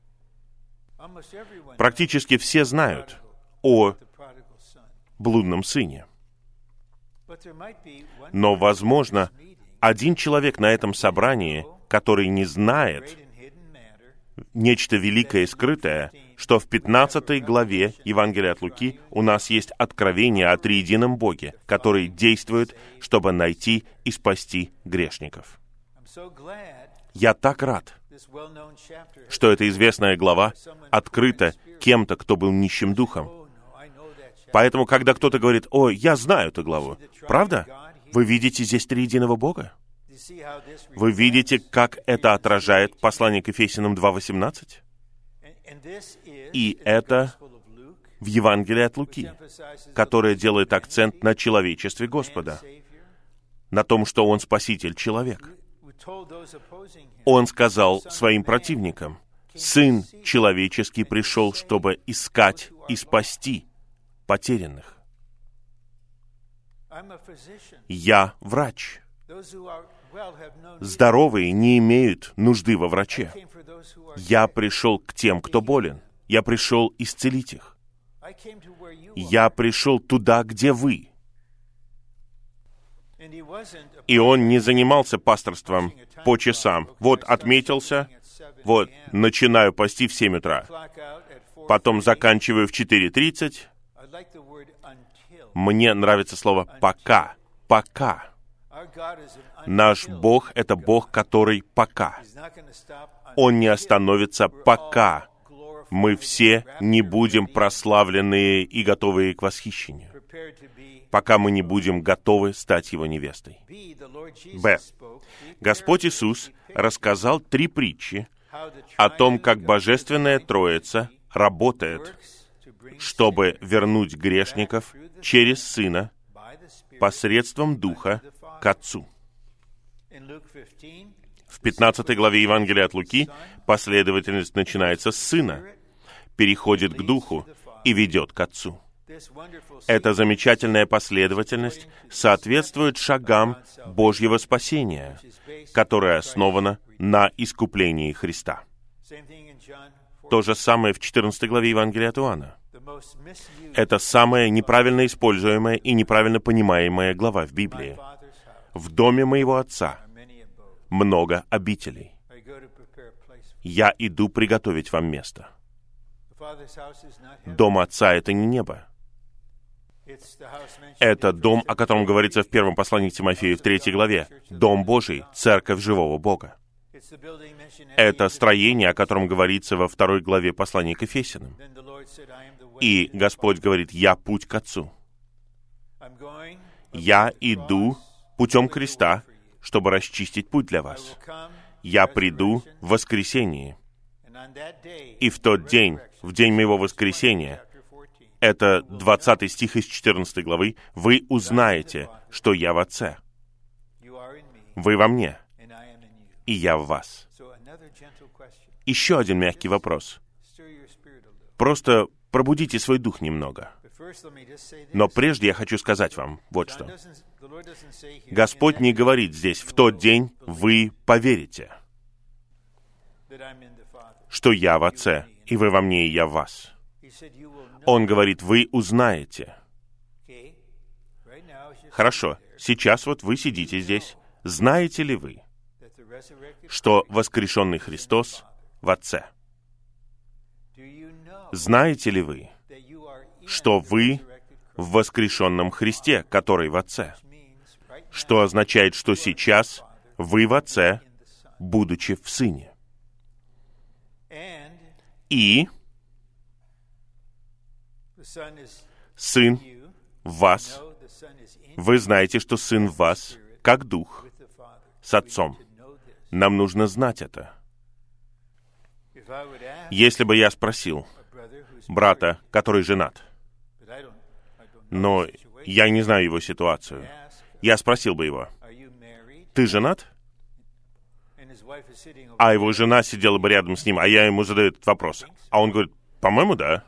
A: Практически все знают о блудном сыне. Но, возможно, один человек на этом собрании, который не знает нечто великое и скрытое, что в пятнадцатой главе Евангелия от Луки у нас есть откровение о триедином Боге, который действует, чтобы найти и спасти грешников. Я так рад, что эта известная глава открыта кем-то, кто был нищим духом. Поэтому, когда кто-то говорит: «О, я знаю эту главу», правда? Вы видите здесь триединого Бога? Вы видите, как это отражает послание к Ефесянам два восемнадцать? И это в Евангелии от Луки, которое делает акцент на человечестве Господа, на том, что Он Спаситель-человек. Он сказал своим противникам: «Сын человеческий пришел, чтобы искать и спасти потерянных». Я врач. Здоровые не имеют нужды во враче. Я пришел к тем, кто болен. Я пришел исцелить их. Я пришел туда, где вы. И он не занимался пасторством по часам. Вот отметился, вот начинаю пасти в семь утра, потом заканчиваю в четыре тридцать. Мне нравится слово «пока». Пока. Наш Бог — это Бог, который пока. Он не остановится, пока мы все не будем прославленные и готовые к восхищению, пока мы не будем готовы стать Его невестой. Б. Господь Иисус рассказал три притчи о том, как Божественная Троица работает, чтобы вернуть грешников через Сына посредством Духа к Отцу. В пятнадцатой главе Евангелия от Луки последовательность начинается с Сына, переходит к Духу и ведет к Отцу. Эта замечательная последовательность соответствует шагам Божьего спасения, которое основано на искуплении Христа. То же самое в четырнадцатой главе Евангелия от Иоанна. Это самая неправильно используемая и неправильно понимаемая глава в Библии. В доме моего Отца много обителей. Я иду приготовить вам место. Дом Отца — это не небо. Это дом, о котором говорится в первом послании к Тимофею в третьей главе. Дом Божий, церковь живого Бога. Это строение, о котором говорится во второй главе послания к Ефесянам. И Господь говорит: «Я путь к Отцу». Я иду путем креста, чтобы расчистить путь для вас. Я приду в воскресенье. И в тот день, в день моего воскресения, это двадцатый стих из четырнадцатой главы, вы узнаете, что я в Отце. Вы во мне, и я в вас. Еще один мягкий вопрос. Просто пробудите свой дух немного. Но прежде я хочу сказать вам вот что. Господь не говорит здесь: «В тот день вы поверите, что я в Отце, и вы во мне, и я в вас». Он говорит: «Вы узнаете». Хорошо, сейчас вот вы сидите здесь, Знаете ли вы, что воскрешенный Христос в Отце? Знаете ли вы, что вы в воскрешенном Христе, который в Отце? Что означает, что сейчас вы в Отце, будучи в Сыне. И Сын в вас. Вы знаете, что Сын в вас, как Дух, с Отцом. Нам нужно знать это. Если бы я спросил брата, который женат, но я не знаю его ситуацию, я спросил бы его: «Ты женат?» А его жена сидела бы рядом с ним, а я ему задаю этот вопрос. А он говорит: «По-моему, да».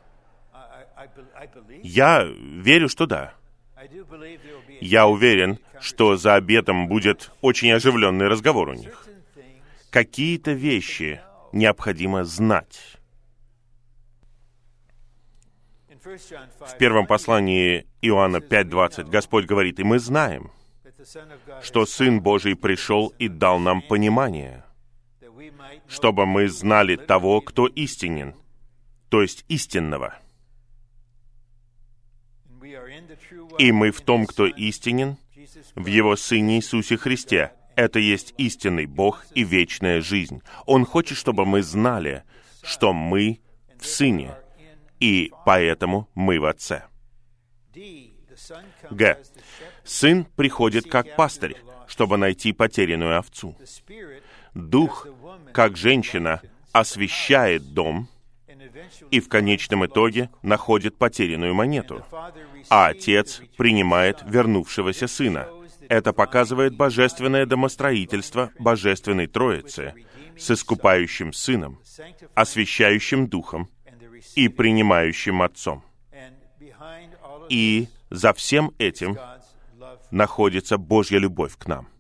A: Я верю, что да. Я уверен, что за обедом будет очень оживленный разговор у них. Какие-то вещи необходимо знать. В первом послании Иоанна пять двадцать Господь говорит: «И мы знаем, что Сын Божий пришел и дал нам понимание, чтобы мы знали того, кто истинен, то есть истинного. И мы в том, кто истинен, в Его Сыне Иисусе Христе. Это есть истинный Бог и вечная жизнь». Он хочет, чтобы мы знали, что мы в Сыне, и поэтому мы в Отце. Г. Сын приходит как пастырь, чтобы найти потерянную овцу. Дух, как женщина, освещает дом и в конечном итоге находит потерянную монету, а Отец принимает вернувшегося Сына. Это показывает божественное домостроительство Божественной Троицы с искупающим Сыном, освящающим Духом и принимающим Отцом. И за всем этим находится Божья любовь к нам.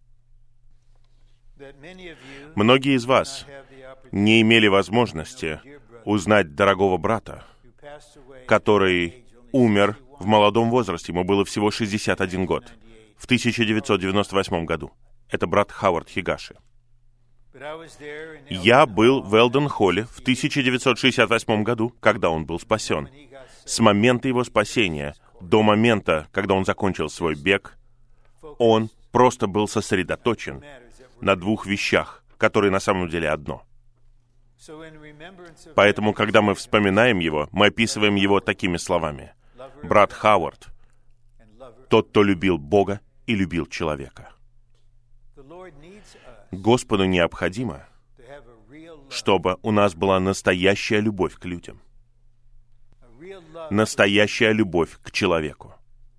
A: Многие из вас не имели возможности узнать дорогого брата, который умер в молодом возрасте. Ему было всего шестьдесят один год, в тысяча девятьсот девяносто восьмом году. Это брат Хауард Хигаши. Я был в Элден-Холле в тысяча девятьсот шестьдесят восьмом году, когда он был спасен. С момента его спасения до момента, когда он закончил свой бег, он просто был сосредоточен на двух вещах, которые на самом деле одно. Поэтому, когда мы вспоминаем его, мы описываем его такими словами: брат Хауард, тот, кто любил Бога и любил человека. Господу необходимо, чтобы у нас была настоящая любовь к людям, настоящая любовь к человеку.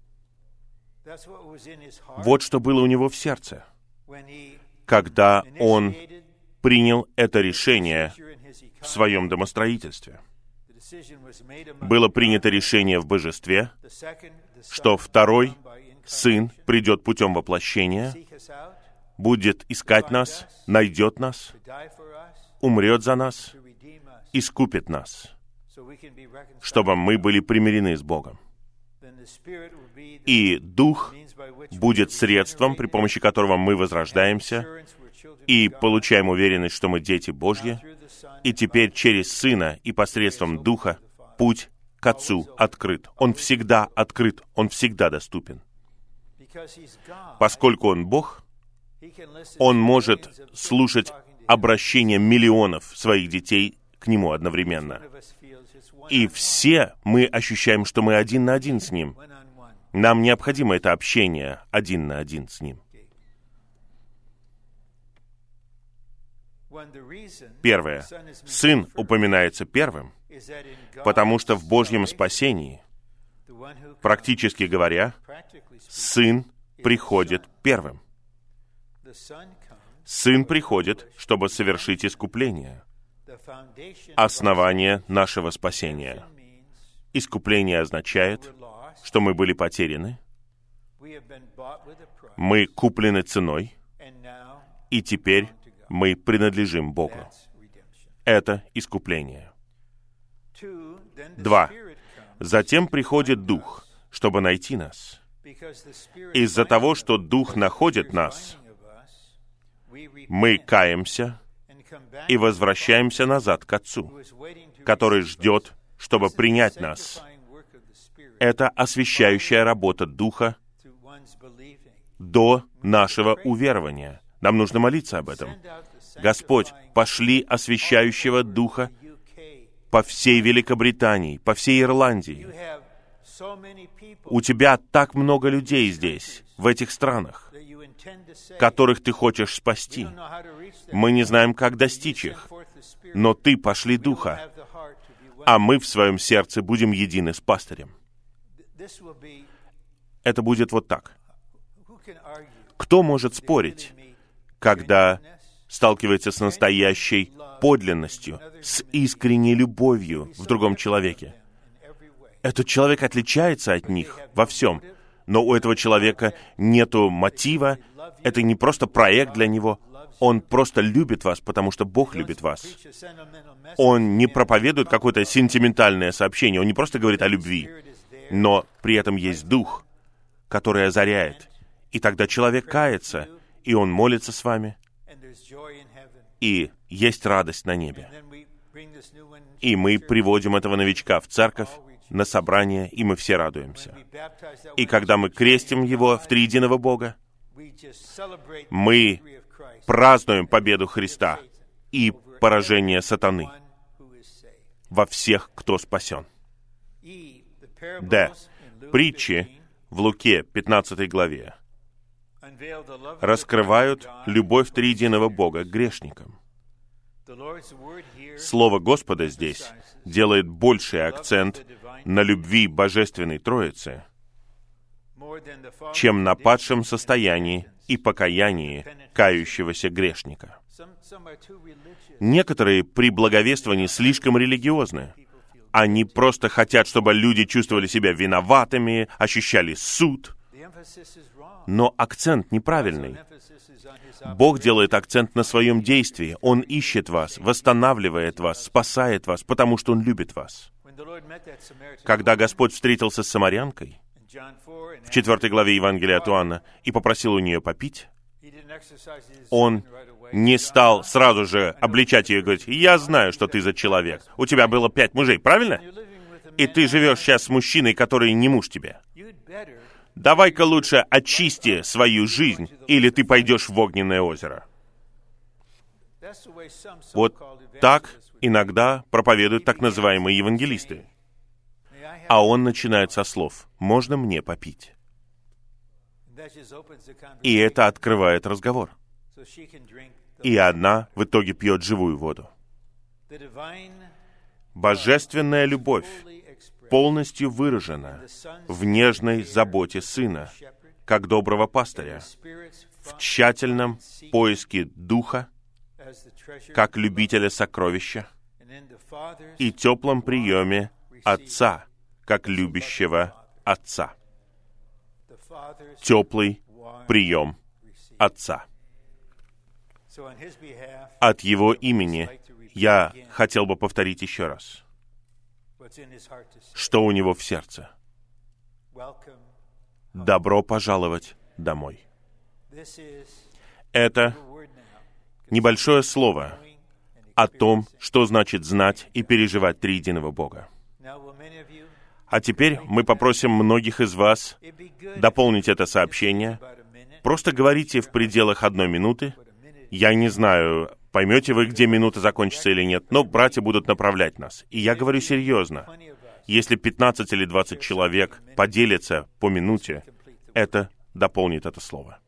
A: Вот что было у него в сердце, когда он принял это решение в своем домостроительстве. Было принято решение в божестве, что второй Сын придет путем воплощения, будет искать нас, найдет нас, умрет за нас, искупит нас, чтобы мы были примирены с Богом. И Дух будет средством, при помощи которого мы возрождаемся и получаем уверенность, что мы дети Божьи, и теперь через Сына и посредством Духа путь к Отцу открыт. Он всегда открыт, Он всегда доступен. Поскольку Он Бог, Он может слушать обращение миллионов своих детей к Нему одновременно. И все мы ощущаем, что мы один на один с Ним. Нам необходимо это общение один на один с Ним. Первое. Сын упоминается первым, потому что в Божьем спасении, практически говоря, Сын приходит первым. Сын приходит, чтобы совершить искупление, основание нашего спасения. Искупление означает, что мы были потеряны, мы куплены ценой, и теперь мы принадлежим Богу. Это искупление. Два. Затем приходит Дух, чтобы найти нас. Из-за того, что Дух находит нас, мы каемся и возвращаемся назад к Отцу, который ждет, чтобы принять нас. Это освящающая работа Духа до нашего уверования. Нам нужно молиться об этом. Господь, пошли освящающего Духа по всей Великобритании, по всей Ирландии. У Тебя так много людей здесь, в этих странах, которых Ты хочешь спасти. Мы не знаем, как достичь их, но Ты пошли Духа, а мы в своем сердце будем едины с пастырем. Это будет вот так. Кто может спорить, когда сталкивается с настоящей подлинностью, с искренней любовью в другом человеке? Этот человек отличается от них во всем, но у этого человека нету мотива, это не просто проект для него, он просто любит вас, потому что Бог любит вас. Он не проповедует какое-то сентиментальное сообщение, он не просто говорит о любви, но при этом есть Дух, который озаряет. И тогда человек кается, и он молится с вами, и есть радость на небе. И мы приводим этого новичка в церковь, на собрание, и мы все радуемся. И когда мы крестим его в триединого Бога, мы празднуем победу Христа и поражение сатаны во всех, кто спасен. Д. Притчи в Луке, пятнадцатой главе, раскрывают любовь триединого Бога к грешникам. Слово Господа здесь делает больший акцент на любви Божественной Троицы, чем на падшем состоянии и покаянии кающегося грешника. Некоторые при благовествовании слишком религиозны. Они просто хотят, чтобы люди чувствовали себя виноватыми, ощущали суд. Но акцент неправильный. Бог делает акцент на своем действии. Он ищет вас, восстанавливает вас, спасает вас, потому что Он любит вас. Когда Господь встретился с самарянкой в четвертой главе Евангелия от Иоанна и попросил у нее попить, Он не стал сразу же обличать ее и говорить: «Я знаю, что ты за человек. У тебя было пять мужей, правильно? И ты живешь сейчас с мужчиной, который не муж тебе. Давай-ка лучше очисти свою жизнь, или ты пойдешь в огненное озеро». Вот так иногда проповедуют так называемые евангелисты. А он начинает со слов: «Можно мне попить?» И это открывает разговор. И она в итоге пьет живую воду. Божественная любовь полностью выражена в нежной заботе Сына, как доброго пастыря, в тщательном поиске Духа, как любителя сокровища, и теплом приеме Отца, как любящего Отца. Теплый прием Отца. От Его имени я хотел бы повторить еще раз, что у Него в сердце. Добро пожаловать домой. Это небольшое слово о том, что значит знать и переживать триединого Бога. А теперь мы попросим многих из вас дополнить это сообщение. Просто говорите в пределах одной минуты. Я не знаю, поймете вы, где минута закончится или нет, но братья будут направлять нас. И я говорю серьезно. Если пятнадцать или двадцать человек поделятся по минуте, это дополнит это слово.